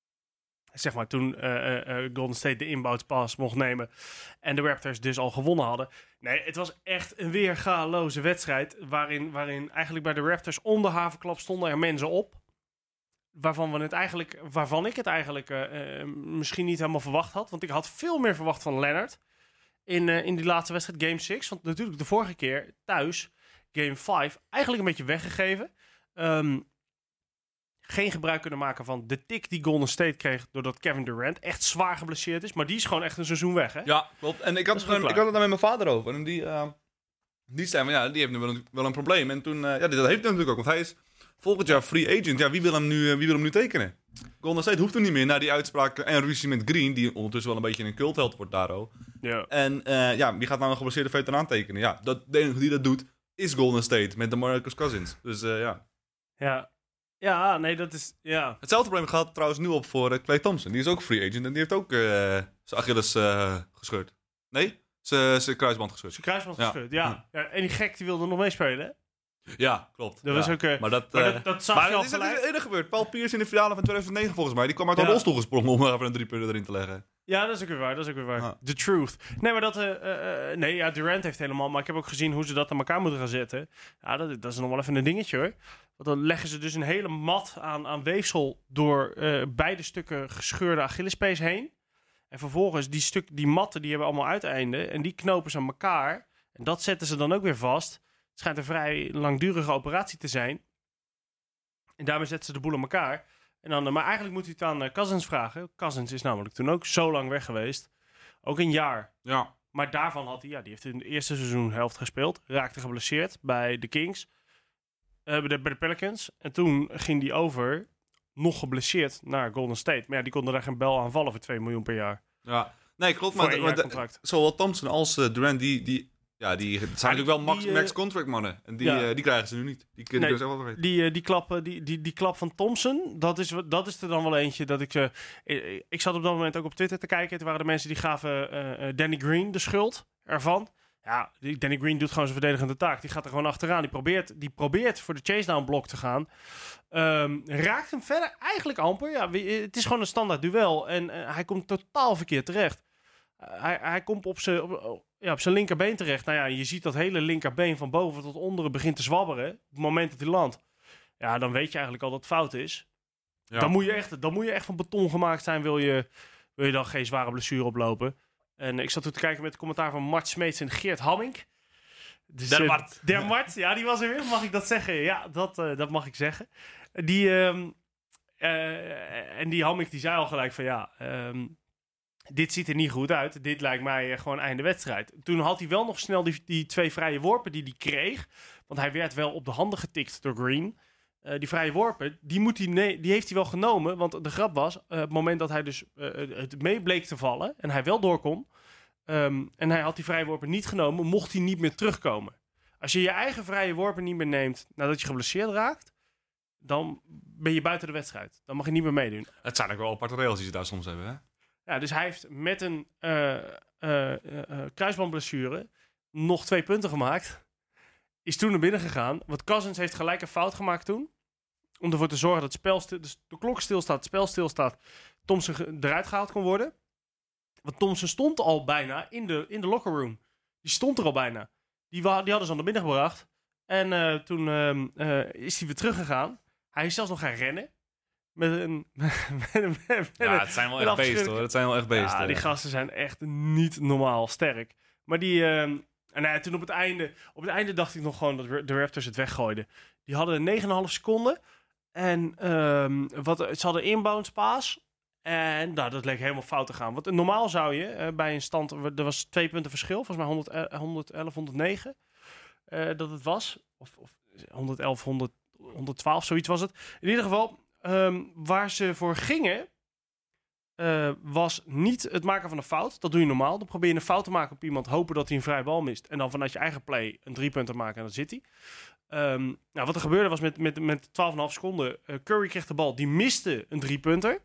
Zeg maar, toen uh, uh, Golden State de inbouwpas mocht nemen... en de Raptors dus al gewonnen hadden... Nee, het was echt een weergaloze wedstrijd... waarin, waarin eigenlijk bij de Raptors om de havenklap stonden er mensen op... waarvan, we het eigenlijk, waarvan ik het eigenlijk uh, uh, misschien niet helemaal verwacht had. Want ik had veel meer verwacht van Leonard... in, uh, in die laatste wedstrijd, game zes. Want natuurlijk de vorige keer thuis, game vijf... eigenlijk een beetje weggegeven... Um, geen gebruik kunnen maken van de tik die Golden State kreeg... doordat Kevin Durant echt zwaar geblesseerd is. Maar die is gewoon echt een seizoen weg, hè? Ja, klopt. En ik had, gewoon, ik had het daar met mijn vader over. En die, uh, die zei van, ja, die heeft nu wel een, wel een probleem. En toen, uh, ja, dat heeft hij natuurlijk ook. Want hij is volgend jaar free agent. Ja, wie wil hem nu, uh, wie wil hem nu tekenen? Golden State hoeft hem niet meer na die uitspraak en ruzie met Green... die ondertussen wel een beetje een cultheld wordt daar ook. Ja. En uh, ja, wie gaat nou een geblesseerde veteraan tekenen? Ja, dat, de enige die dat doet is Golden State met de Marcus Cousins. Dus uh, ja. Ja. Ja, nee, dat is... Ja. Hetzelfde probleem gaat trouwens nu op voor uh, Klay Thompson. Die is ook free agent en die heeft ook uh, zijn Achilles uh, gescheurd. Nee? Zijn kruisband gescheurd. Zijn kruisband ja. gescheurd, ja. ja. ja. En die gek die wilde nog meespelen, hè? Ja, klopt. Dat ja. was ook... Uh, maar dat, maar uh, dat, dat zag maar je al is gelijk. Het is eerder gebeurd. Paul Pierce in de finale van tweeduizend negen volgens mij. Die kwam uit een ja. rolstoel gesprongen om even een drie punten erin te leggen. Ja, dat is ook weer waar. Dat is ook weer waar. Ah. The truth. Nee, maar dat... Uh, uh, nee, ja, Durant heeft helemaal... Maar ik heb ook gezien hoe ze dat aan elkaar moeten gaan zetten. Ja, dat, dat is nog wel even een dingetje, hoor. Want dan leggen ze dus een hele mat aan, aan weefsel... door uh, beide stukken gescheurde Achillespees heen. En vervolgens, die, stuk, die matten, die hebben allemaal uiteinden. En die knopen ze aan elkaar. En dat zetten ze dan ook weer vast. Het schijnt een vrij langdurige operatie te zijn. En daarmee zetten ze de boel aan elkaar... En dan, maar eigenlijk moet u het aan uh, Cousins vragen. Cousins is namelijk toen ook zo lang weg geweest. Ook een jaar. Ja. Maar daarvan had hij... Ja, die heeft in de eerste seizoen helft gespeeld. Raakte geblesseerd bij de Kings. Uh, bij, de, bij de Pelicans. En toen ging hij over... Nog geblesseerd naar Golden State. Maar ja, die konden daar geen bel aan vallen voor twee miljoen per jaar. Ja. Nee, klopt. Voor Maar, één maar jaar de, contract. zowel Thompson als uh, Durant, die... die Ja, die het zijn natuurlijk wel max, die, uh, max contract mannen. En die, ja. uh, die krijgen ze nu niet. Die, die Nee, kunnen ze wel vergeten. Die, uh, die, klap, uh, die, die, die klap van Thompson, dat is, dat is er dan wel eentje dat ik... Uh, ik, ik zat op dat moment ook op Twitter te kijken. Toen waren de mensen die gaven uh, uh, Danny Green de schuld ervan. Ja, die, Danny Green doet gewoon zijn verdedigende taak. Die gaat er gewoon achteraan. Die probeert, die probeert voor de chase-down blok te gaan. Um, raakt hem verder eigenlijk amper. Ja, het is gewoon een standaard duel. En uh, hij komt totaal verkeerd terecht. Uh, hij, hij komt op zijn... Op, Ja, op zijn linkerbeen terecht. Nou ja, je ziet dat hele linkerbeen van boven tot onderen begint te zwabberen. Op het moment dat hij landt. Ja, dan weet je eigenlijk al dat het fout is. Ja. Dan, moet je echt, dan moet je echt van beton gemaakt zijn. Wil je, wil je dan geen zware blessure oplopen. En ik zat toen te kijken met het commentaar van Mart Smeets en Geert Hamming. Dus, Der uh, Mart. Der Mart, ja, die was er weer. Mag ik dat zeggen? Ja, dat, uh, dat mag ik zeggen. Die, um, uh, en die Hamming die zei al gelijk van ja... Um, dit ziet er niet goed uit. Dit lijkt mij gewoon einde wedstrijd. Toen had hij wel nog snel die, die twee vrije worpen die hij kreeg. Want hij werd wel op de handen getikt door Green. Uh, die vrije worpen, die, moet hij ne- die heeft hij wel genomen. Want de grap was, uh, het moment dat hij dus uh, het mee bleek te vallen... en hij wel door kon... Um, en hij had die vrije worpen niet genomen... mocht hij niet meer terugkomen. Als je je eigen vrije worpen niet meer neemt... nadat je geblesseerd raakt... dan ben je buiten de wedstrijd. Dan mag je niet meer meedoen. Het zijn ook wel aparte regels die ze daar soms hebben, hè? Ja, dus hij heeft met een uh, uh, uh, uh, kruisbandblessure nog twee punten gemaakt. Is toen naar binnen gegaan. Want Cousins heeft gelijk een fout gemaakt toen. Om ervoor te zorgen dat het spel stil, dus de klok stilstaat, het spel stilstaat. Thompson ge- eruit gehaald kon worden. Want Thompson stond al bijna in de, in de locker room. Die stond er al bijna. Die, wa- die hadden ze aan de binnen gebracht. En uh, toen uh, uh, is hij weer teruggegaan. Hij is zelfs nog gaan rennen. Met een... met een met Ja, een, het zijn wel echt beesten, hoor. Het zijn wel echt beesten. Ja, die gasten zijn echt niet normaal sterk. Maar die... Uh, en nou ja, toen op het einde... Op het einde dacht ik nog gewoon dat de Raptors het weggooiden. Die hadden negen komma vijf seconden. En um, wat, ze hadden inbounds paas. En nou, dat leek helemaal fout te gaan. Want normaal zou je uh, bij een stand... Er was twee punten verschil. Volgens mij honderd, honderd, honderdnegen. Uh, dat het was. Of, of honderd, honderd, honderdtwaalf, zoiets was het. In ieder geval... Um, waar ze voor gingen, uh, was niet het maken van een fout. Dat doe je normaal. Dan probeer je een fout te maken op iemand, hopen dat hij een vrije bal mist. En dan vanuit je eigen play een driepunter maken en dan zit hij. Um, nou, wat er gebeurde was met, met, met twaalf komma vijf seconden. Uh, Curry kreeg de bal, die miste een driepunter.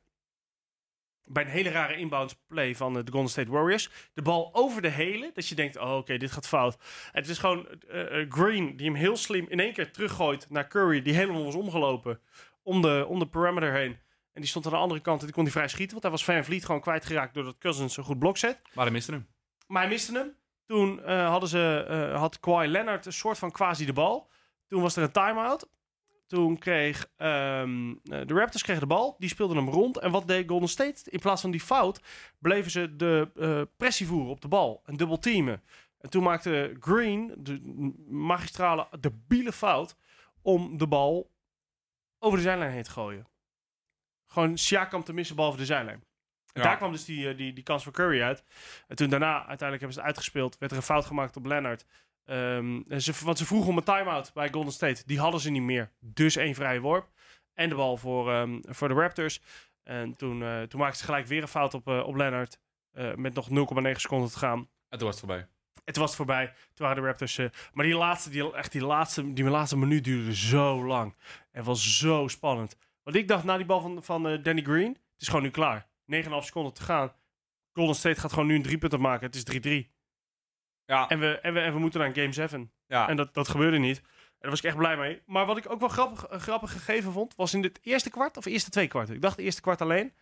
Bij een hele rare inbounds play van uh, de Golden State Warriors. De bal over de hele, dat je denkt, oh oké, okay, dit gaat fout. En het is gewoon uh, uh, Green, die hem heel slim in één keer teruggooit naar Curry, die helemaal was omgelopen. Om de, om de perimeter heen. En die stond aan de andere kant en die kon hij vrij schieten. Want hij was Van Vliet gewoon kwijtgeraakt doordat Cousins een goed blok zet. Maar hij miste hem. Maar hij miste hem. Toen uh, hadden ze, uh, had Kawhi Leonard een soort van quasi de bal. Toen was er een time-out. Toen kreeg um, de Raptors kregen de bal. Die speelden hem rond. En wat deed Golden State? In plaats van die fout bleven ze de uh, pressie voeren op de bal. En dubbel teamen. En toen maakte Green de magistrale, debiele fout om de bal over de zijlijn heen te gooien. Gewoon Siakam te missen bal over de zijlijn. En Ja. daar kwam dus die, die, die kans voor Curry uit. En toen daarna, uiteindelijk hebben ze het uitgespeeld. Werd er een fout gemaakt op Leonard. Um, en ze, want ze vroegen om een time-out bij Golden State. Die hadden ze niet meer. Dus één vrije worp. En de bal voor, um, voor de Raptors. En toen, uh, toen maakten ze gelijk weer een fout op, uh, op Leonard. Uh, met nog nul komma negen seconden te gaan. En toen was het voorbij. En toen was het voorbij. Toen waren de Raptors... Uh, maar die laatste, die, echt die laatste, die laatste minuut duurde zo lang. En was zo spannend. Want ik dacht na die bal van, van uh, Danny Green... Het is gewoon nu klaar. negen komma vijf seconden te gaan. Golden State gaat gewoon nu een driepunter maken. Het is drie drie. Ja. En we, en, we, en we moeten naar een game zeven. Ja. En dat, dat gebeurde niet. En daar was ik echt blij mee. Maar wat ik ook wel grappig, uh, grappig gegeven vond... was in het eerste kwart of eerste twee kwarten. Ik dacht de eerste kwart alleen...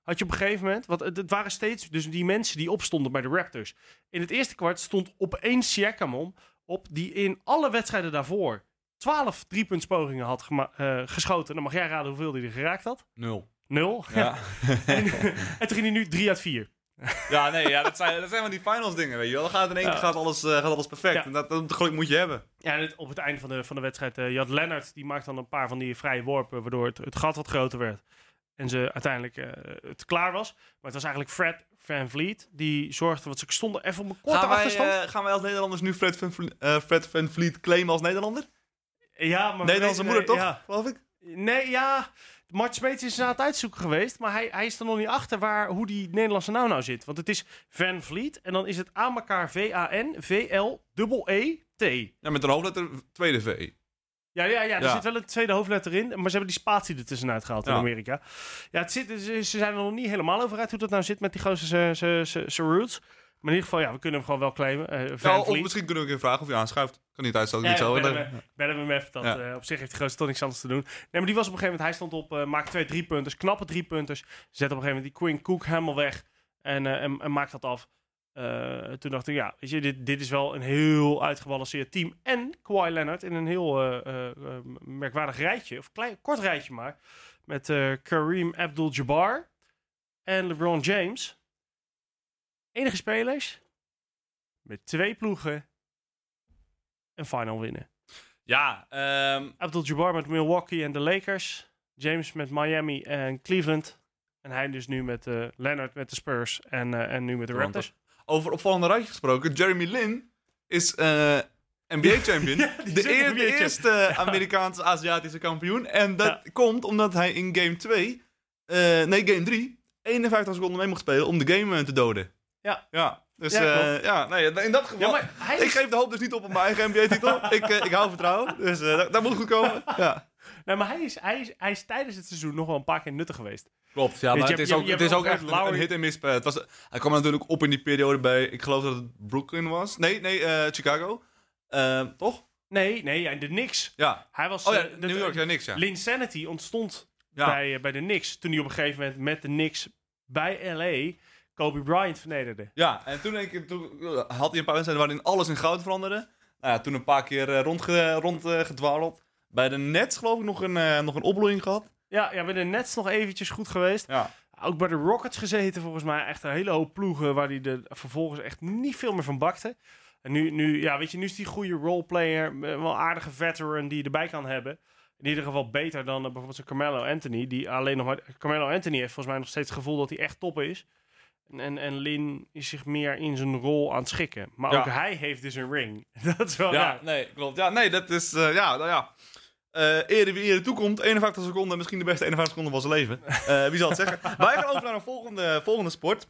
had je op een gegeven moment... Want het, het waren steeds dus die mensen die opstonden bij de Raptors. In het eerste kwart stond opeens Siakam op... die in alle wedstrijden daarvoor... twaalf driepuntspogingen had gema- uh, geschoten. Dan mag jij raden hoeveel hij er geraakt had. Nul. Nul? Ja. en, en toen ging hij nu drie uit vier. Ja, nee, ja, dat, zijn, dat zijn van die finals dingen, weet je wel. Dan gaat in één keer Ja. gaat alles, uh, gaat alles perfect. Ja. En dat, dat geluk moet je hebben. Ja, en het, op het einde van de, van de wedstrijd... Uh, je had Leonard, die maakte dan een paar van die vrije worpen... waardoor het, het gat wat groter werd. En ze uiteindelijk uh, het klaar was. Maar het was eigenlijk Fred VanVleet... die zorgde... want ze stonden even op een korte gaan wij, achterstand. Uh, gaan wij als Nederlanders nu Fred Van, uh, Fred VanVleet claimen als Nederlander? Ja, maar Nederlandse weet, moeder, nee, toch? Ja. Geloof ik? Nee, ja... Mart Smeets is aan het uitzoeken geweest, maar hij, hij is er nog niet achter waar, hoe die Nederlandse naam nou zit. Want het is Van Vliet en dan is het aan elkaar V A N V L E T. Ja, met een hoofdletter tweede V. Ja, ja, ja, er Ja. zit wel een tweede hoofdletter in, maar ze hebben die spatie er tussenuit gehaald Ja. in Amerika. Ja, het zit, ze, ze zijn er nog niet helemaal over uit hoe dat nou zit met die gozer zijn roots. Maar in ieder geval, ja, we kunnen hem gewoon wel claimen. Uh, Van Ja, of Vliet. misschien kunnen we een keer vragen of hij aanschuift. Kan niet uitstellen. Ja, niet zo. ja, bellen Dat- we- bellen we hem even. Dat, Ja. uh, op zich heeft die gozer toch niks anders te doen. Nee, maar die was op een gegeven moment... Hij stond op, uh, maakte twee driepunters, knappe driepunters. Zet op een gegeven moment die Quinn Cook helemaal weg. En, uh, en, en maakt dat af. Uh, toen dacht ik, ja, weet je, dit, dit is wel een heel uitgebalanceerd team. En Kawhi Leonard in een heel uh, uh, uh, merkwaardig rijtje. Of klein, kort rijtje maar. Met uh, Kareem Abdul-Jabbar en LeBron James. Enige spelers met twee ploegen een final winnen. Ja, um, Abdul-Jabbar met Milwaukee en de Lakers. James met Miami en Cleveland. En hij dus nu met uh, Leonard met de Spurs en, uh, en nu met de Raptors. over opvallende rijtjes gesproken. Jeremy Lin is uh, N B A-champion. Ja, die de, is ook eer- N B A de champion. eerste Amerikaanse Aziatische kampioen. En dat Ja. komt omdat hij in game twee, uh, nee game drie, eenenvijftig seconden mee mocht spelen om de game uh, te doden. Ja. Ja, dus Ja, uh, klopt. ja, nee, in dat geval... Ja, maar hij Ik is... geef de hoop dus niet op op mijn eigen N B A-titel. ik, uh, ik hou vertrouwen. Dus uh, dat, dat moet goed komen. Ja. Nee, maar hij is, hij, is, hij is tijdens het seizoen nog wel een paar keer nuttig geweest. Klopt, ja, Weet maar je, het is je- ook, je het hebt is ook ook echt met een, Lowry- een hit en miss. Het was, hij kwam natuurlijk op in die periode bij, ik geloof dat het Brooklyn was. Nee, nee, uh, Chicago. Uh, toch? Nee, nee, ja, de Knicks. Ja. Hij was... Oh ja, uh, de- New York, ja, niks, ja. Linsanity ontstond Ja. bij, uh, bij de Knicks. Toen hij op een gegeven moment met de Knicks bij L A Kobe Bryant vernederde. Ja, en toen, denk ik, toen had hij een paar wedstrijden waarin alles in goud veranderde. Nou ja, toen een paar keer uh, rondge, rond uh, gedwarreld. Bij de Nets geloof ik nog een, uh, nog een opbloeiing gehad. Ja, ja, bij de Nets nog eventjes goed geweest. Ja. Ook bij de Rockets gezeten volgens mij. Echt een hele hoop ploegen waar hij er vervolgens echt niet veel meer van bakte. En nu, nu, ja, weet je, nu is hij een goede roleplayer. eh, Wel een aardige veteran die je erbij kan hebben. In ieder geval beter dan uh, bijvoorbeeld zo'n Carmelo Anthony. Die alleen nog maar... Carmelo Anthony heeft volgens mij nog steeds het gevoel dat hij echt top is. En, en, en Lin is zich meer in zijn rol aan het schikken. Maar Ja. ook hij heeft dus een ring. Dat is wel Ja, raar. nee, klopt. Ja, nee, dat is, uh, ja, nou ja. Uh, ere wie ere toekomt, eenenvijftig seconden, misschien de beste eenenvijftig seconden van zijn leven. Uh, wie zal het zeggen? Wij gaan over naar een volgende, volgende sport.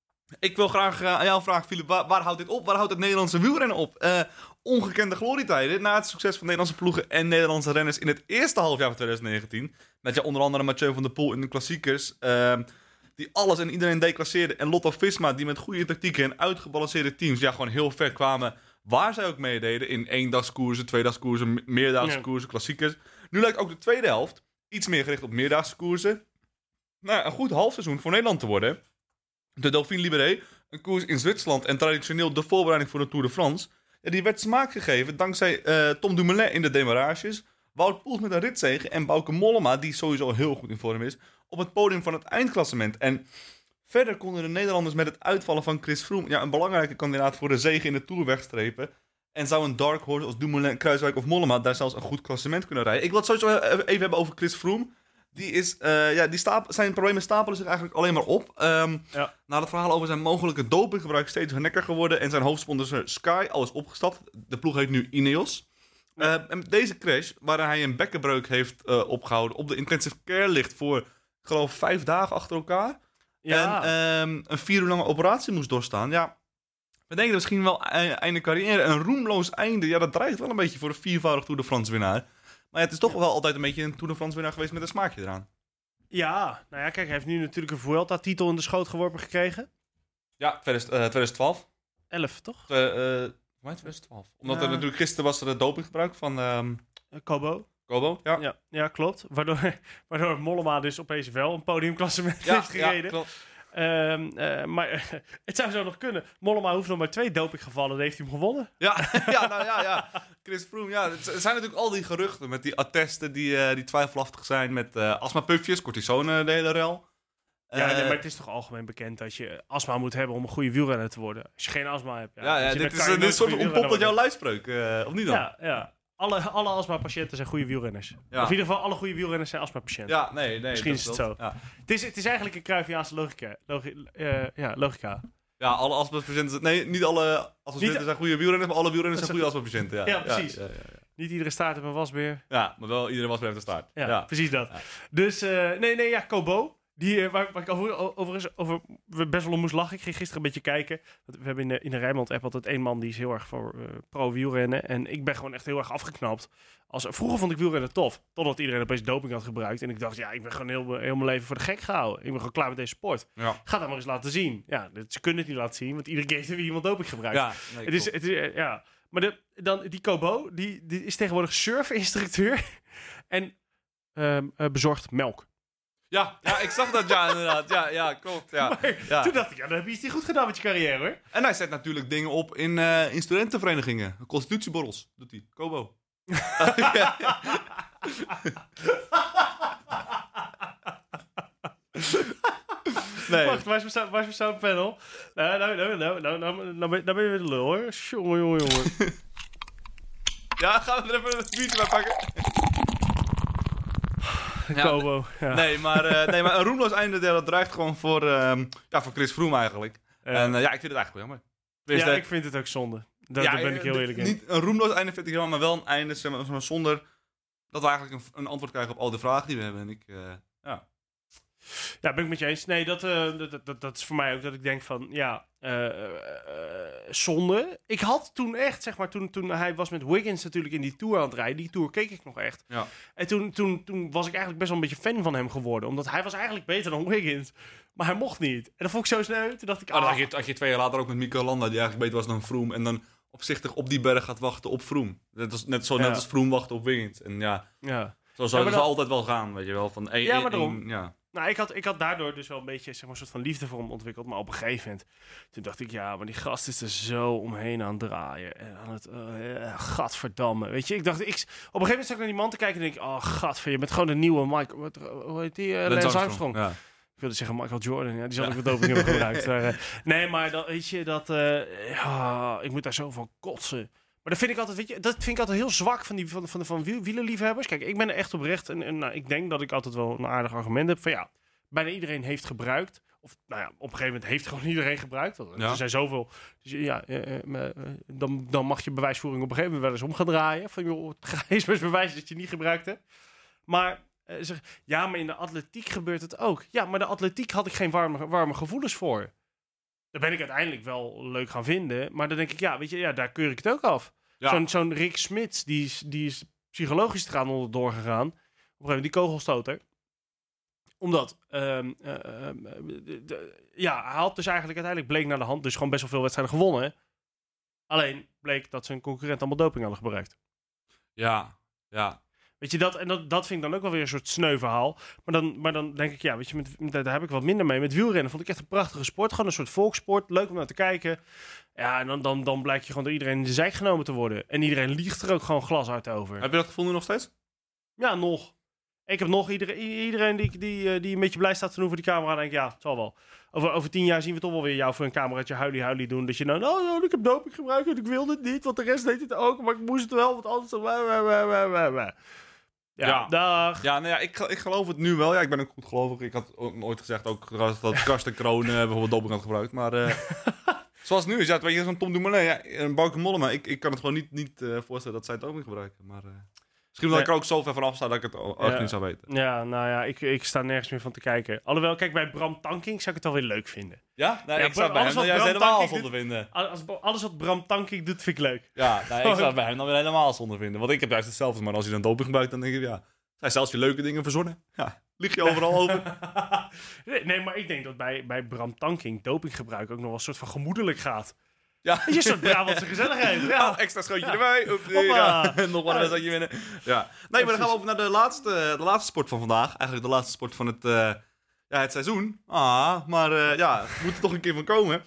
Ik wil graag uh, aan jou vragen, Philip, waar, waar houdt dit op? Waar houdt het Nederlandse wielrennen op? Uh, ongekende glorietijden na het succes van Nederlandse ploegen en Nederlandse renners in het eerste halfjaar van twintig negentien. Met ja, onder andere Mathieu van der Poel in de klassiekers. Uh, die alles en iedereen declasseerde. En Lotto Visma, die met goede tactieken en uitgebalanceerde teams ja, gewoon heel ver kwamen. Waar zij ook meededen. In eendagskoersen, tweedagskoersen, me- meerdaagse Ja. koersen, klassiekers. Nu lijkt ook de tweede helft iets meer gericht op meerdaagse koersen. Nou, een goed halfseizoen voor Nederland te worden. De Dauphine Libéré, een koers in Zwitserland en traditioneel de voorbereiding voor de Tour de France. Ja, die werd smaak gegeven dankzij uh, Tom Dumoulin in de demarages. Wout Poels met een ritzege en Bauke Mollema, die sowieso heel goed in vorm is, op het podium van het eindklassement. En verder konden de Nederlanders met het uitvallen van Chris Froome ja, een belangrijke kandidaat voor de zege in de Tour wegstrepen. En zou een dark horse als Dumoulin, Kruiswijk of Mollema daar zelfs een goed klassement kunnen rijden. Ik wil het sowieso even hebben over Chris Froome. Die is, uh, ja, die stap- zijn problemen stapelen zich eigenlijk alleen maar op. Um, Ja. Na het verhaal over zijn mogelijke dopinggebruik steeds genekker geworden en zijn hoofdsponsor Sky al is opgestapt. De ploeg heet nu Ineos. Uh, en deze crash, waarin hij een bekkenbreuk heeft uh, opgehouden, op de intensive care ligt voor, ik geloof, vijf dagen achter elkaar. Ja. En um, een vier uur lange operatie moest doorstaan. Ja, we denken misschien wel e- einde carrière. Een roemloos einde, ja, dat dreigt wel een beetje voor een viervoudig Tour de France winnaar. Maar ja, het is toch wel altijd een beetje een Tour de France winnaar geweest met een smaakje eraan. Ja, nou ja, kijk, hij heeft nu natuurlijk een Vuelta-titel in de schoot geworpen gekregen. Ja, twintig, uh, twintig twaalf. elf, toch? Uh, uh, twintig twaalf. Omdat Ja. er natuurlijk gisteren was er het dopinggebruik van um, Uh, Kobo. Kobo, ja. Ja, ja klopt. Waardoor, waardoor Mollema dus opeens wel een podiumklassement Ja, heeft gereden. ja, klopt. Um, uh, maar uh, het zou zo nog kunnen. Mollema hoeft nog maar twee dopinggevallen, dan heeft hij hem gewonnen. Ja, ja, nou ja, ja. Chris Froome, ja. Het zijn natuurlijk al die geruchten met die attesten die, uh, die twijfelachtig zijn. Met uh, astmapufjes, cortisone, de hele rel. Ja, Uh, nee, maar het is toch algemeen bekend dat je astma moet hebben om een goede wielrenner te worden. Als je geen astma hebt. Ja, ja, ja je, dit dan is kan je een nooit soort goede ontpopt wielrenner jouw luidspreuk, uh, of niet dan? worden. Ja, ja. Alle, alle astma-patiënten zijn goede wielrenners. Ja. Of in ieder geval, alle goede wielrenners zijn astma-patiënten. Ja, nee, nee. Misschien is het zo. Ja. Het, is, het is eigenlijk een Cruyffiaanse logica. Logi uh, ja, logica. Ja, alle astmapatiënten... Nee, niet alle astmapatiënten zijn goede wielrenners, maar alle wielrenners zijn goede astmapatiënten. Ja, ja, precies. Ja, ja, ja, ja. Niet iedere staart heeft een wasbeer. Ja, maar wel iedereen was bij hem te staart. Ja, Ja, precies dat. Ja. Dus, uh, nee, nee, ja, Kobo. Die, uh, waar, waar ik over, overigens over best wel om moest lachen. Ik ging gisteren een beetje kijken. Want we hebben in de, in de Rijnmond-app altijd één man die is heel erg voor uh, pro-wielrennen. En ik ben gewoon echt heel erg afgeknapt. Als, vroeger vond ik wielrennen tof. Totdat iedereen opeens doping had gebruikt. En ik dacht, ja, ik ben gewoon heel, heel mijn leven voor de gek gehouden. Ik ben gewoon klaar met deze sport. Ja. Ga dat maar eens laten zien. Ja, dat, ze kunnen het niet laten zien. Want iedere keer heeft er weer iemand doping gebruikt. Ja, nee, het is, het is, uh, ja. Maar de, dan, die Kobo, die, die is tegenwoordig surfinstructeur. en um, uh, bezorgt melk. Ja, ja, ik zag dat, ja, inderdaad. Ja, ja, klopt. Ja. Maar Ja. toen dacht ik, ja, dan heb je iets niet goed gedaan met je carrière, hoor. En hij zet natuurlijk dingen op in, uh, in studentenverenigingen. Constitutieborrels doet hij. Kobo. ja, ja. Nee. Wacht, waar is mijn sound- waar is mijn soundpanel? Nou, nou, nou, nou, nou, nou, nou, ben, nou ben je weer de lul, hoor. Jongen, jongen, jongen. Ja, gaan we er even een biertje bij pakken? Ja, Kobo, ja. Nee, maar, uh, nee, maar een roemloos einde dat dreigt gewoon voor, um, ja, voor Chris Froome eigenlijk. Ja. En uh, ja, ik vind het eigenlijk wel jammer. Wees Ja, de- ik vind het ook zonde. Daar, ja, daar ben ik heel uh, eerlijk in. Niet een roemloos einde vind ik jammer, maar wel een einde zeg maar, zeg maar, zonder dat we eigenlijk een, een antwoord krijgen op al de vragen die we hebben. En ik, uh, ja. Ja, ben ik met je eens. Nee, dat, uh, dat, dat, dat is voor mij ook dat ik denk van, ja, uh, uh, zonde. Ik had toen echt, zeg maar, toen, toen hij was met Wiggins natuurlijk in die Tour aan het rijden. Die Tour keek ik nog echt. Ja. En toen, toen, toen was ik eigenlijk best wel een beetje fan van hem geworden. Omdat hij was eigenlijk beter dan Wiggins. Maar hij mocht niet. En dat vond ik zo sneu. Toen dacht ik, Oh, dan ah, had je, had je twee jaar later ook met Mikel Landa, die eigenlijk beter was dan Froome. En dan opzichtig op die berg gaat wachten op Froome. Dat is net zo net Ja. als Froome wachten op Wiggins. En ja, ja. zo zou Ja, het maar dan- altijd wel gaan, weet je wel. Van één, Ja, maar één- daarom. één- ja. Nou, ik had, ik had daardoor dus wel een beetje, zeg maar, een soort van liefde voor hem ontwikkeld. Maar op een gegeven moment, toen dacht ik, ja, maar die gast is er zo omheen aan het draaien. En aan het, uh, gadverdamme. Weet je, ik dacht, ik, op een gegeven moment zat ik naar die man te kijken en denk ik, oh, gadver, je bent gewoon de nieuwe Mike, wat, hoe heet die? Uh, Lance Armstrong. Ja. Ik wilde zeggen Michael Jordan, ja, die zal ik wat doping hebben gebruikt. Maar, uh, nee, maar dan, weet je, dat, uh, ja, ik moet daar zo van kotsen. Maar dat vind ik altijd, weet je, dat vind ik altijd heel zwak van die van, van, van wiel, wielerliefhebbers. Kijk, ik ben er echt oprecht en, en nou, ik denk dat ik altijd wel een aardig argument heb van ja, bijna iedereen heeft gebruikt. Of nou ja, op een gegeven moment heeft gewoon iedereen gebruikt. Want Ja. er zijn zoveel. Dus ja, eh, eh, uh, dan, dan mag je bewijsvoering op een gegeven moment wel eens om gaan draaien. Van joh, ga eens maar eens bewijzen dat je niet gebruikt hebt. Maar uh, zeg, ja, maar in de atletiek gebeurt het ook. Ja, maar de atletiek had ik geen warme, warme gevoelens voor. Daar ben ik uiteindelijk wel leuk gaan vinden. Maar dan denk ik, ja, weet je, ja, daar keur ik het ook af. Ja. Zo'n, zo'n Rick Smits, die is, die is psychologisch eraan onderdoor gegaan. Op een gegeven moment, die kogelstoter. Omdat, um, uh, um, de, de, ja, hij had dus eigenlijk uiteindelijk bleek naar de hand, dus gewoon best wel veel wedstrijden gewonnen. Alleen bleek dat zijn concurrent allemaal doping hadden gebruikt. Ja, ja. Weet je, dat, en dat, dat vind ik dan ook wel weer een soort sneu verhaal. Maar dan, maar dan denk ik, ja, weet je, met, met, daar heb ik wat minder mee. Met wielrennen vond ik echt een prachtige sport. Gewoon een soort volkssport. Leuk om naar te kijken. Ja, en dan, dan, dan blijkt je gewoon door iedereen in de zijk genomen te worden. En iedereen liegt er ook gewoon glashard over. Heb je dat gevoel nu nog steeds? Ja, nog. Ik heb nog iedereen, iedereen die, die, die een beetje blij staat te doen voor die camera. Denk ik, ja, het zal wel. Over, over tien jaar zien we toch wel weer jou voor een cameraatje huilie huilie doen. Dat je nou, nou, nou, ik heb doping gebruikt en ik wilde het niet. Want de rest deed het ook, maar ik moest het wel, want anders... Ja, Ja. dag. Ja, nou ja, ik, ik geloof het nu wel. Ja, ik ben ook goed gelovig. Ik had ook nooit gezegd ook dat Karsten Kroon uh, bijvoorbeeld doping had gebruikt. Maar uh, zoals het nu is, ja, weet je, zo'n Tom Dumoulin, ja, een Bauke Mollema. Ik, ik kan het gewoon niet, niet uh, voorstellen dat zij doping gebruiken. Maar uh, misschien dat ik er ook zo ver vanaf sta dat ik het ook Ja. niet zou weten. Ja, nou ja, ik, ik sta nergens meer van te kijken. Alhoewel, kijk, bij Bram Tankink zou ik het wel weer leuk vinden. Ja? Nee, Ja, ik zou bij alles hem dan wat juist Bram helemaal Tankink zonder vinden. Als, alles wat Bram Tankink doet, vind ik leuk. Ja, nee, ik zou bij hem dan weer helemaal zonder vinden. Want ik heb juist hetzelfde. Maar als hij dan doping gebruikt, dan denk ik, ja... Zijn zelfs je leuke dingen verzonnen. Ja, lieg je overal over. nee, nee, maar ik denk dat bij, bij Bram Tankink dopinggebruik ook nog wel een soort van gemoedelijk gaat. Ja. Dat is een soort Brabantse gezelligheid. Ja. Oh, extra schootje erbij. Oepsie, Hoppa. ja. Nog wel een wedstrijdje winnen. Ja. Nee, maar dan gaan we over naar de laatste, de laatste sport van vandaag. Eigenlijk de laatste sport van het, uh, ja, het seizoen. Ah, maar uh, ja, moet er toch een keer van komen.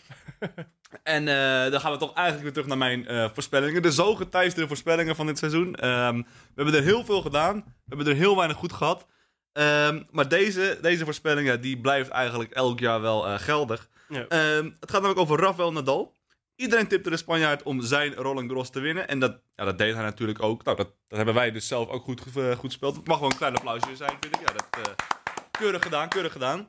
En uh, dan gaan we toch eigenlijk weer terug naar mijn uh, voorspellingen. De zo geteisterde voorspellingen van dit seizoen. Um, we hebben er heel veel gedaan. We hebben er heel weinig goed gehad. Um, maar deze, deze voorspelling, ja, die blijft eigenlijk elk jaar wel uh, geldig. Ja. Um, het gaat namelijk over Rafael Nadal. Iedereen tipte de Spanjaard om zijn Roland Garros te winnen. En dat, ja, dat deed hij natuurlijk ook. Nou, dat, dat hebben wij dus zelf ook goed, uh, goed gespeeld. Het mag wel een klein applausje zijn, vind ik. Ja, dat, uh, keurig gedaan, keurig gedaan.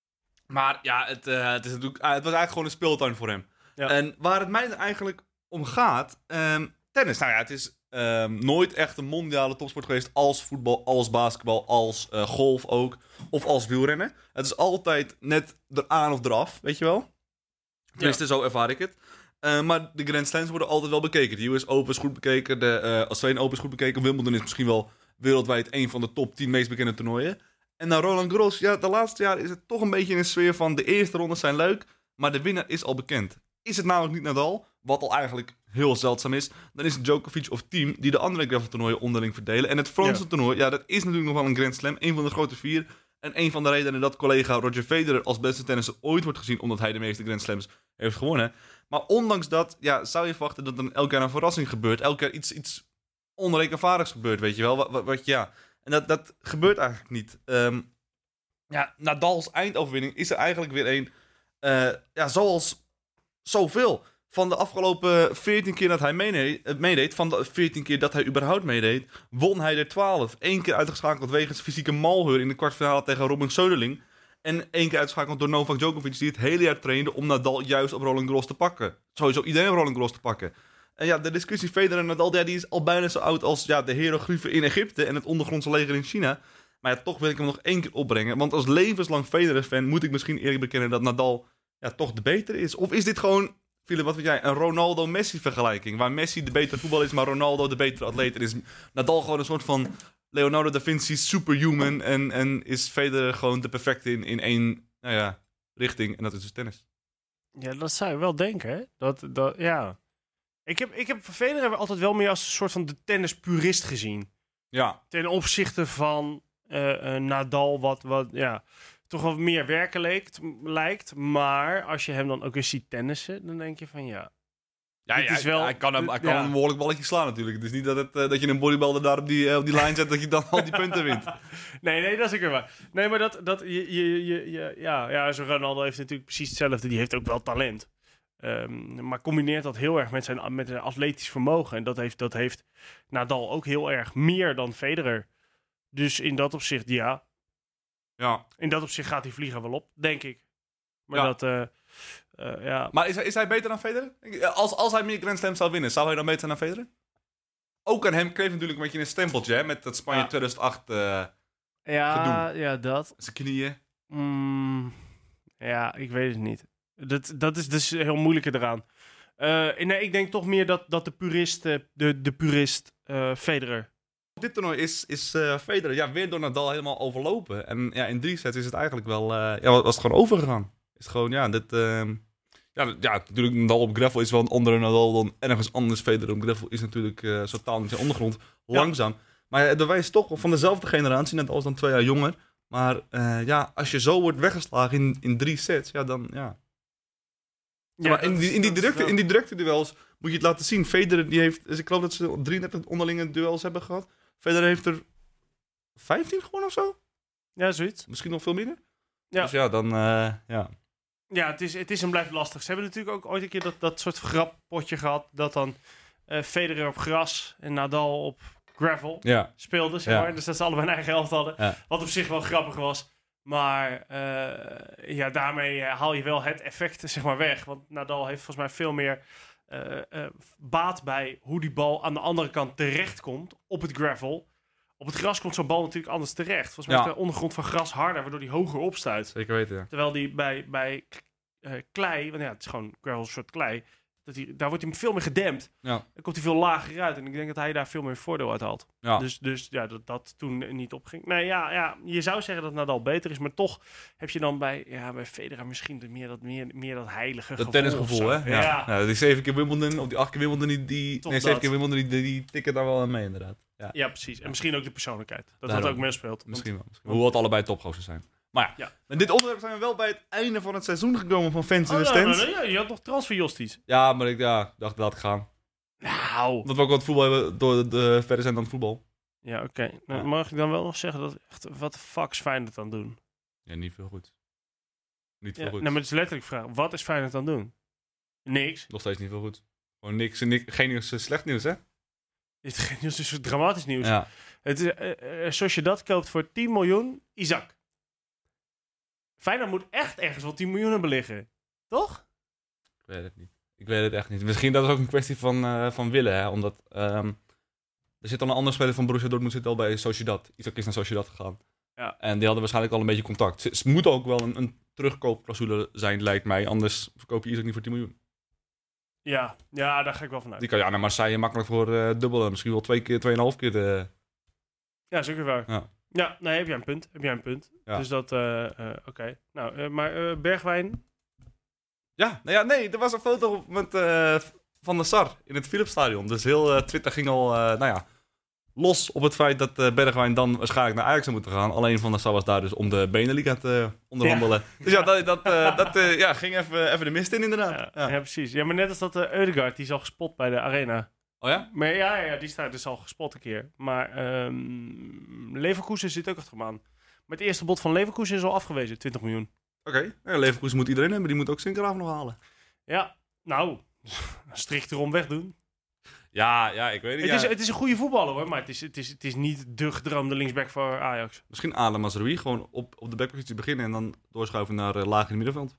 Maar ja, het, uh, het, is natuurlijk, uh, het was eigenlijk gewoon een speeltuin voor hem. Ja. En waar het mij er eigenlijk om gaat... Um, tennis, nou ja, het is um, nooit echt een mondiale topsport geweest... als voetbal, als basketbal, als uh, golf ook. Of als wielrennen. Het is altijd net eraan of eraf, weet je wel? Tenminste, ja. Zo ervaar ik het. Uh, maar de Grand Slams worden altijd wel bekeken. De U S Open is goed bekeken. De uh, Australian Open is goed bekeken. Wimbledon is misschien wel wereldwijd een van de top tien meest bekende toernooien. En naar Roland Garros, ja, de laatste jaren is het toch een beetje in een sfeer van... de eerste rondes zijn leuk, maar de winnaar is al bekend. Is het namelijk niet Nadal, wat al eigenlijk heel zeldzaam is... dan is het Djokovic of Thiem die de andere graveltoernooien onderling verdelen. En het Franse ja. toernooi, ja, dat is natuurlijk nog wel een Grand Slam. Een van de grote vier. En een van de redenen dat collega Roger Federer als beste tennisser ooit wordt gezien... omdat hij de meeste Grand Slams heeft gewonnen... Maar ondanks dat, ja, zou je verwachten dat er elk jaar een verrassing gebeurt. Elk jaar iets, iets onrekenvaardigs gebeurt, weet je wel. Wat, wat, wat, ja. En dat, dat gebeurt eigenlijk niet. Um, ja, Nadals eindoverwinning is er eigenlijk weer een... Uh, ja, zoals zoveel. Van de afgelopen veertien keer dat hij meedeed, meedeed... van de veertien keer dat hij überhaupt meedeed... won hij er twaalf. Eén keer uitgeschakeld wegens fysieke malheur... in de kwartfinale tegen Robin Söderling... En één keer uitschakeld door Novak Djokovic... die het hele jaar trainde om Nadal juist op Roland Garros te pakken. Sowieso iedereen op Roland Garros te pakken. En ja, de discussie Federer en Nadal... Ja, die is al bijna zo oud als ja, de hieroglyphen in Egypte... en het ondergrondse leger in China. Maar ja, toch wil ik hem nog één keer opbrengen. Want als levenslang Federer-fan... moet ik misschien eerlijk bekennen dat Nadal... ja, toch de betere is. Of is dit gewoon, Philip, wat weet jij... een Ronaldo-Messi-vergelijking... waar Messi de betere voetbal is... maar Ronaldo de betere atleet. En is Nadal gewoon een soort van... Leonardo da Vinci superhuman en, en is Federer gewoon de perfecte in, in één nou ja, richting en dat is dus tennis. Ja, dat zou je wel denken, hè? Dat, dat, ja. Ik heb, ik heb Federer altijd wel meer als een soort van de tennispurist gezien. Ja. Ten opzichte van uh, uh, Nadal, wat, wat ja, toch wat meer werken lijkt, lijkt. Maar als je hem dan ook eens ziet tennissen, dan denk je van ja... Ja, ja, is wel, hij kan, hem, hij kan ja. een behoorlijk balletje slaan natuurlijk. Het is niet dat, het, uh, dat je een bodybuilder daar op die, uh, op die lijn zet... dat je dan al die punten wint. Nee, nee, dat is ook weer waar. Nee, maar dat... dat je, je, je, je, ja, ja, zo Ronaldo heeft natuurlijk precies hetzelfde. Die heeft ook wel talent. Um, maar combineert dat heel erg met zijn, met zijn atletisch vermogen. En dat heeft, dat heeft Nadal ook heel erg meer dan Federer. Dus in dat opzicht, ja. Ja. In dat opzicht gaat die vlieger wel op, denk ik. Maar ja. dat... Uh, Uh, ja. Maar is hij, is hij beter dan Federer? Als, als hij meer Grand Slams zou winnen, zou hij dan beter zijn dan Federer? Ook aan hem kreeg natuurlijk een beetje een stempeltje, hè, met dat Spanje ja. tweeduizend acht uh, ja, gedoe. Ja, dat. Zijn knieën. Mm, ja, ik weet het niet. Dat, dat is dus heel moeilijk eraan. Uh, nee, ik denk toch meer dat, dat de purist, uh, de, de purist uh, Federer. Op dit toernooi is, is uh, Federer ja, weer door Nadal helemaal overlopen. En ja, in drie sets is het eigenlijk wel, uh, ja, was het gewoon overgegaan. Is gewoon, ja, dit... Uh, ja, ja, natuurlijk, Nadal op gravel is wel een andere Nadal dan ergens anders. Federer op gravel is natuurlijk uh, totaal in zijn ondergrond. Langzaam. Ja. Maar uh, wij is toch van dezelfde generatie. Nadal is dan twee jaar jonger. Maar uh, ja, als je zo wordt weggeslagen in, in drie sets, ja, dan, ja... ja, ja maar in die, in, die directe, wel... in die directe duels moet je het laten zien. Federer, die heeft... Dus ik geloof dat ze drieëndertig onderlinge duels hebben gehad. Federer heeft er vijftien gewonnen of zo? Ja, zoiets. Misschien nog veel minder. Ja. Dus ja, dan, uh, ja... Ja, het is, het is en blijft lastig. Ze hebben natuurlijk ook ooit een keer dat, dat soort grappotje gehad... dat dan uh, Federer op gras en Nadal op gravel ja. speelden, zeg maar. Ja. Dus dat ze allebei een eigen helft hadden. Ja. Wat op zich wel grappig was. Maar uh, ja, daarmee haal je wel het effect zeg maar, weg. Want Nadal heeft volgens mij veel meer uh, uh, baat bij... hoe die bal aan de andere kant terechtkomt op het gravel... Op het gras komt zo'n bal natuurlijk anders terecht. Volgens mij ja. is de ondergrond van gras harder, waardoor die hoger opstuit. Zeker weten, ja. Terwijl die bij, bij uh, klei, want ja, het is gewoon gravel soort klei, Dat hij, daar wordt hij veel meer gedempt. Ja. Dan komt hij veel lager uit. En ik denk dat hij daar veel meer voordeel uit haalt. Ja. Dus, dus ja, dat dat toen niet opging. Nee, ja, ja, je zou zeggen dat Nadal beter is. Maar toch heb je dan bij, ja, bij Federer misschien de, meer, dat, meer, meer dat heilige Dat gevoel. tennisgevoel, hè? Ja. Ja. Ja, die zeven keer Wimbledon, of die acht keer Wimbledon, die, die Toch nee, zeven dat. keer Wimbledon, die, die, die tikken daar wel aan mee, inderdaad. Ja, Ja, precies. En misschien ook de persoonlijkheid. Dat Daarom. dat ook meespeelt. Want- misschien wel. Misschien. Hoewel het allebei topgozers zijn. Maar ja, Ja. met dit onderwerp zijn we wel bij het einde van het seizoen gekomen van Fans in Oh, de nou, Stands. nou, nou, ja, je had nog transferjosties. Ja, maar ik ja, dacht, laat gaan. Nou. Omdat we ook wat voetbal hebben, door de, de, verder zijn dan het voetbal. Ja, oké. Nou, Ja. mag ik dan wel nog zeggen dat echt, wat de fuck is Feyenoord aan doen? Ja, niet veel goed. Niet Ja, veel goed. nou, maar het is letterlijk vraag. Wat is Feyenoord aan doen? Niks. Nog steeds niet veel goed. Gewoon niks, niks geen nieuws, slecht nieuws, hè? Dit is geen nieuws, het is dramatisch nieuws. Ja. Het is, eh, eh, zoals je dat koopt voor tien miljoen, Isaac. Feyenoord moet echt ergens wel tien miljoen hebben liggen. Toch? Ik weet het niet. Ik weet het echt niet. Misschien dat is ook een kwestie van, uh, van willen, hè? Omdat ehm, er zit al een andere speler van Borussia Dortmund zit al bij Sociedad. Isaac is naar Sociedad gegaan. Ja. En die hadden waarschijnlijk al een beetje contact. Het moet ook wel een, een terugkoopclausule zijn, lijkt mij. Anders verkoop je Isaac niet voor tien miljoen. Ja, ja, daar ga ik wel vanuit. Die kan ja naar Marseille makkelijk voor uh, dubbel. Misschien wel twee keer, tweeënhalf keer de... Ja, zeker waar. Ja. Ja, nee, heb jij een punt. Heb jij een punt. Ja. Dus dat, eh, eh, oké. Okay. Nou, uh, maar uh, Bergwijn... Ja, nou ja, nee, er was een foto met uh, Van der Sar in het Philipsstadion. Dus heel uh, Twitter ging al, uh, nou ja, los op het feit dat uh, Bergwijn dan waarschijnlijk naar Ajax zou moeten gaan. Alleen Van der Sar was daar dus om de Beneliga te onderhandelen. Ja. Dus ja, dat, dat, uh, dat uh, ja, ging even, even de mist in inderdaad. Ja, Ja. ja, precies. Ja, maar net als dat uh, Ødegaard, die is al gespot bij de Arena. Oh ja? Maar ja, ja, die staat dus al gespot een keer. Maar um, Leverkusen zit ook achter hem aan. Maar het eerste bod van Leverkusen is al afgewezen, twintig miljoen. Oké, okay. Ja, Leverkusen moet iedereen hebben. Die moet ook Sinkgraaf nog halen. Ja, nou, strikt erom wegdoen. Ja, ja, ik weet het. Het, Ja. is, het is een goede voetballer hoor, maar het is, het is, het is niet de gedroomde linksback voor Ajax. Misschien Adem Mazraoui, gewoon op, op de backpositie beginnen en dan doorschuiven naar uh, laag in het middenveld.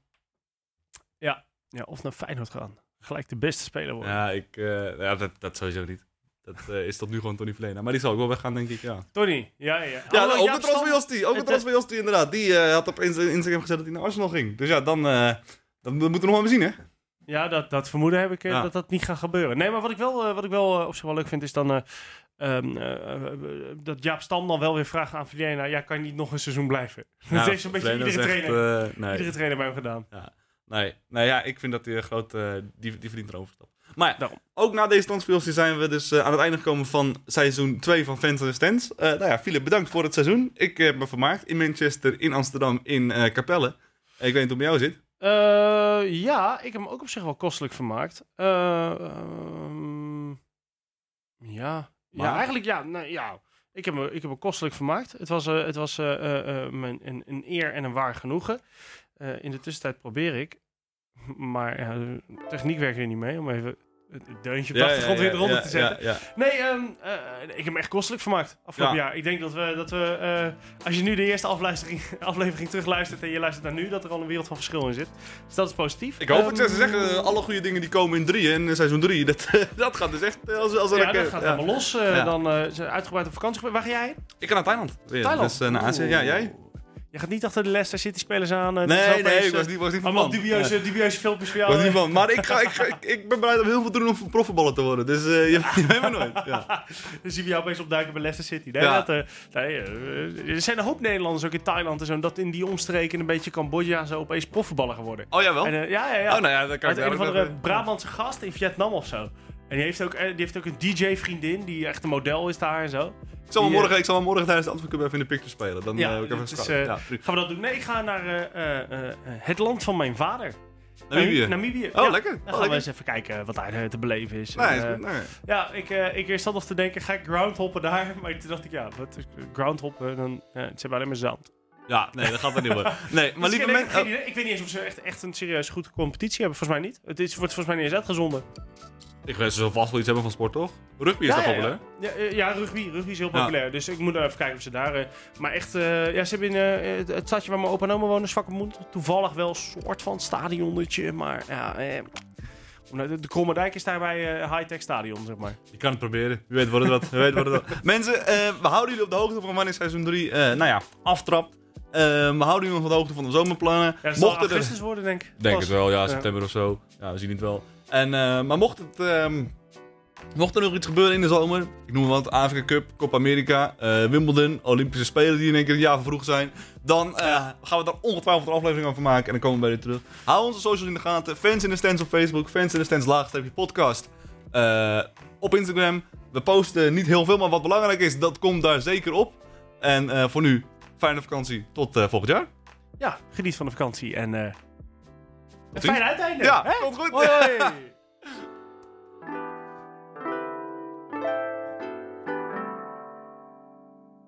Ja. ja, of naar Feyenoord gaan. Gelijk de beste speler worden. Ja, ik, uh, ja dat, dat sowieso niet. Dat uh, is tot nu gewoon Tony Verlena. Maar die zal ook wel weggaan, denk ik, ja. Tony, ja, ja. Ja, Hallo, ook Jaap een transferjostie. Ook een het, transferjostie, inderdaad. Die uh, had op Instagram gezet dat hij naar Arsenal ging. Dus ja, dan, uh, dan moeten we nog maar zien, hè. Ja, dat, dat vermoeden heb ik, uh, Ja. dat dat niet gaat gebeuren. Nee, maar wat ik wel, uh, wat ik wel uh, op zich wel leuk vind, is dan... Uh, um, uh, uh, dat Jaap Stam dan wel weer vraagt aan Verlena... Ja, kan je niet nog een seizoen blijven? Ja, dat heeft zo'n beetje iedere, zegt, trainer, uh, nee. iedere trainer bij hem gedaan. Ja. Nee, nee, ja, ik vind dat hij een groot... Uh, die, die verdient een overstap. Maar ja, Daarom. ook na deze transferostie zijn we dus uh, aan het einde gekomen van seizoen twee van Fans in the Stands. Uh, nou ja, Philip, bedankt voor het seizoen. Ik heb uh, me vermaakt in Manchester, in Amsterdam, in uh, Capelle. Ik weet niet hoe het bij jou zit. Uh, ja, ik heb me ook op zich wel kostelijk vermaakt. Uh, um, ja. Maar? ja, eigenlijk ja, nou, ja. Ik heb, me, ik heb me kostelijk vermaakt. Het was, uh, het was uh, uh, uh, mijn, een, een eer en een waar genoegen. Uh, in de tussentijd probeer ik. Maar ja, de techniek werkt er niet mee. Om even het deuntje op de achtergrond weer eronder te zetten. Ja, ja. Nee, um, uh, ik heb me echt kostelijk vermaakt afgelopen Ja. jaar. Ik denk dat we, dat we uh, als je nu de eerste afluistering, aflevering terugluistert en je luistert naar nu, dat er al een wereld van verschil in zit. Dus dat is positief. Ik hoop um, het. Ja, ze zeggen uh, alle goede dingen die komen in drieën en in seizoen drie. Dat, dat gaat dus echt uh, als, als een Ja, raket. dat gaat Ja. helemaal los. Uh, Ja. Dan uh, zijn uitgebreid op vakantie. Waar ga jij heen? Ik ga naar Thailand. Weer. Thailand. Dus uh, naar Azië. Ja, jij? Je gaat niet achter de Leicester City spelers aan. Uh, Nee, nee, ik was niet, was niet van Allemaal plan. dubieuze, Ja. dubieuze filmpjes voor Ik jou. was niet uh. van. Maar ik, ga, ik, ga, ik, ik ben bereid om heel veel te doen om profvoetballer te worden. Dus uh, je, je weet maar nooit. Ja. Dan zien we jou opeens opduiken bij Leicester City. Nee, Ja. dat, uh, nee, uh, er zijn een hoop Nederlanders ook in Thailand en zo. Dat in die omstreken een beetje Cambodja zo opeens profvoetballer geworden. Oh jawel? En, uh, ja, ja, ja. Oh, nou ja, dan kan Uit ik een daar of ook andere even- Brabantse gast in Vietnam of zo. En die heeft ook, die heeft ook een D J-vriendin die echt een model is daar en zo. Ik zal, wel die, morgen, ik zal wel morgen tijdens de Antwoord Cup even in de picture spelen. Dan Ja, uh, heb ik even het een is, scout. uh, Ja, prima. Gaan we dat doen? Nee, ik ga naar uh, uh, uh, het land van mijn vader. Namibië. Uh, Namibië. Oh, ja. lekker. Dan Oh, gaan we lekker. eens even kijken wat daar uh, te beleven is. Nee, En, is uh, goed. Nee. ja, ik, uh, ik zat nog te denken, ga ik groundhoppen daar? Maar toen dacht ik, ja, wat is groundhoppen? Dan uh, het zijn alleen maar zand. Ja, nee, dat gaat er niet worden. Nee, maar Dus lieve ik, ik, mensen... geen idee. Ik weet niet eens of ze echt, echt een serieus goede competitie hebben. Volgens mij niet. Het is, wordt volgens mij niet eens uitgezonden. Ik weet ze zullen vast wel iets hebben van sport, toch? Rugby is Ja, dat ja, populair? Ja, uh, ja rugby. Rugby is heel Ja. populair. Dus ik moet er even kijken of ze daar... Uh, maar echt, uh, ja, ze hebben in uh, het, het stadje waar mijn opa en oma wonen, Zwakkermoed, toevallig wel een soort van stadionnetje. Maar ja, eh, de, de Krommerdijk is daar bij uh, high-tech stadion, zeg maar. Je kan het proberen. Wie weet wordt het wat. Wie weet wordt het wat. Mensen, uh, we houden jullie op de hoogte van wanneer seizoen drie, uh, nou ja, aftrapt. Uh, we houden jullie nog op de hoogte van de zomerplannen. Ja, dat zal Mochten er... augustus worden, denk ik. Denk Pas. het wel, ja, Ja. september of zo. Ja, we zien het wel. En, uh, maar mocht het... Um, mocht er nog iets gebeuren in de zomer, ik noem wat, Afrika Cup, Copa America, uh, Wimbledon, Olympische Spelen die in één keer een jaar vroeg zijn, dan uh, gaan we daar ongetwijfeld een aflevering over maken en dan komen we bij je terug. Hou onze socials in de gaten, Fans in the Stands op Facebook, Fans in the Stands laagstreepje podcast uh, op Instagram. We posten niet heel veel, maar wat belangrijk is, dat komt daar zeker op. En uh, voor nu, fijne vakantie, tot uh, volgend jaar. Ja, geniet van de vakantie en uh, een fijn uiteinde. Ja, hè? komt goed. Hoi, hoi.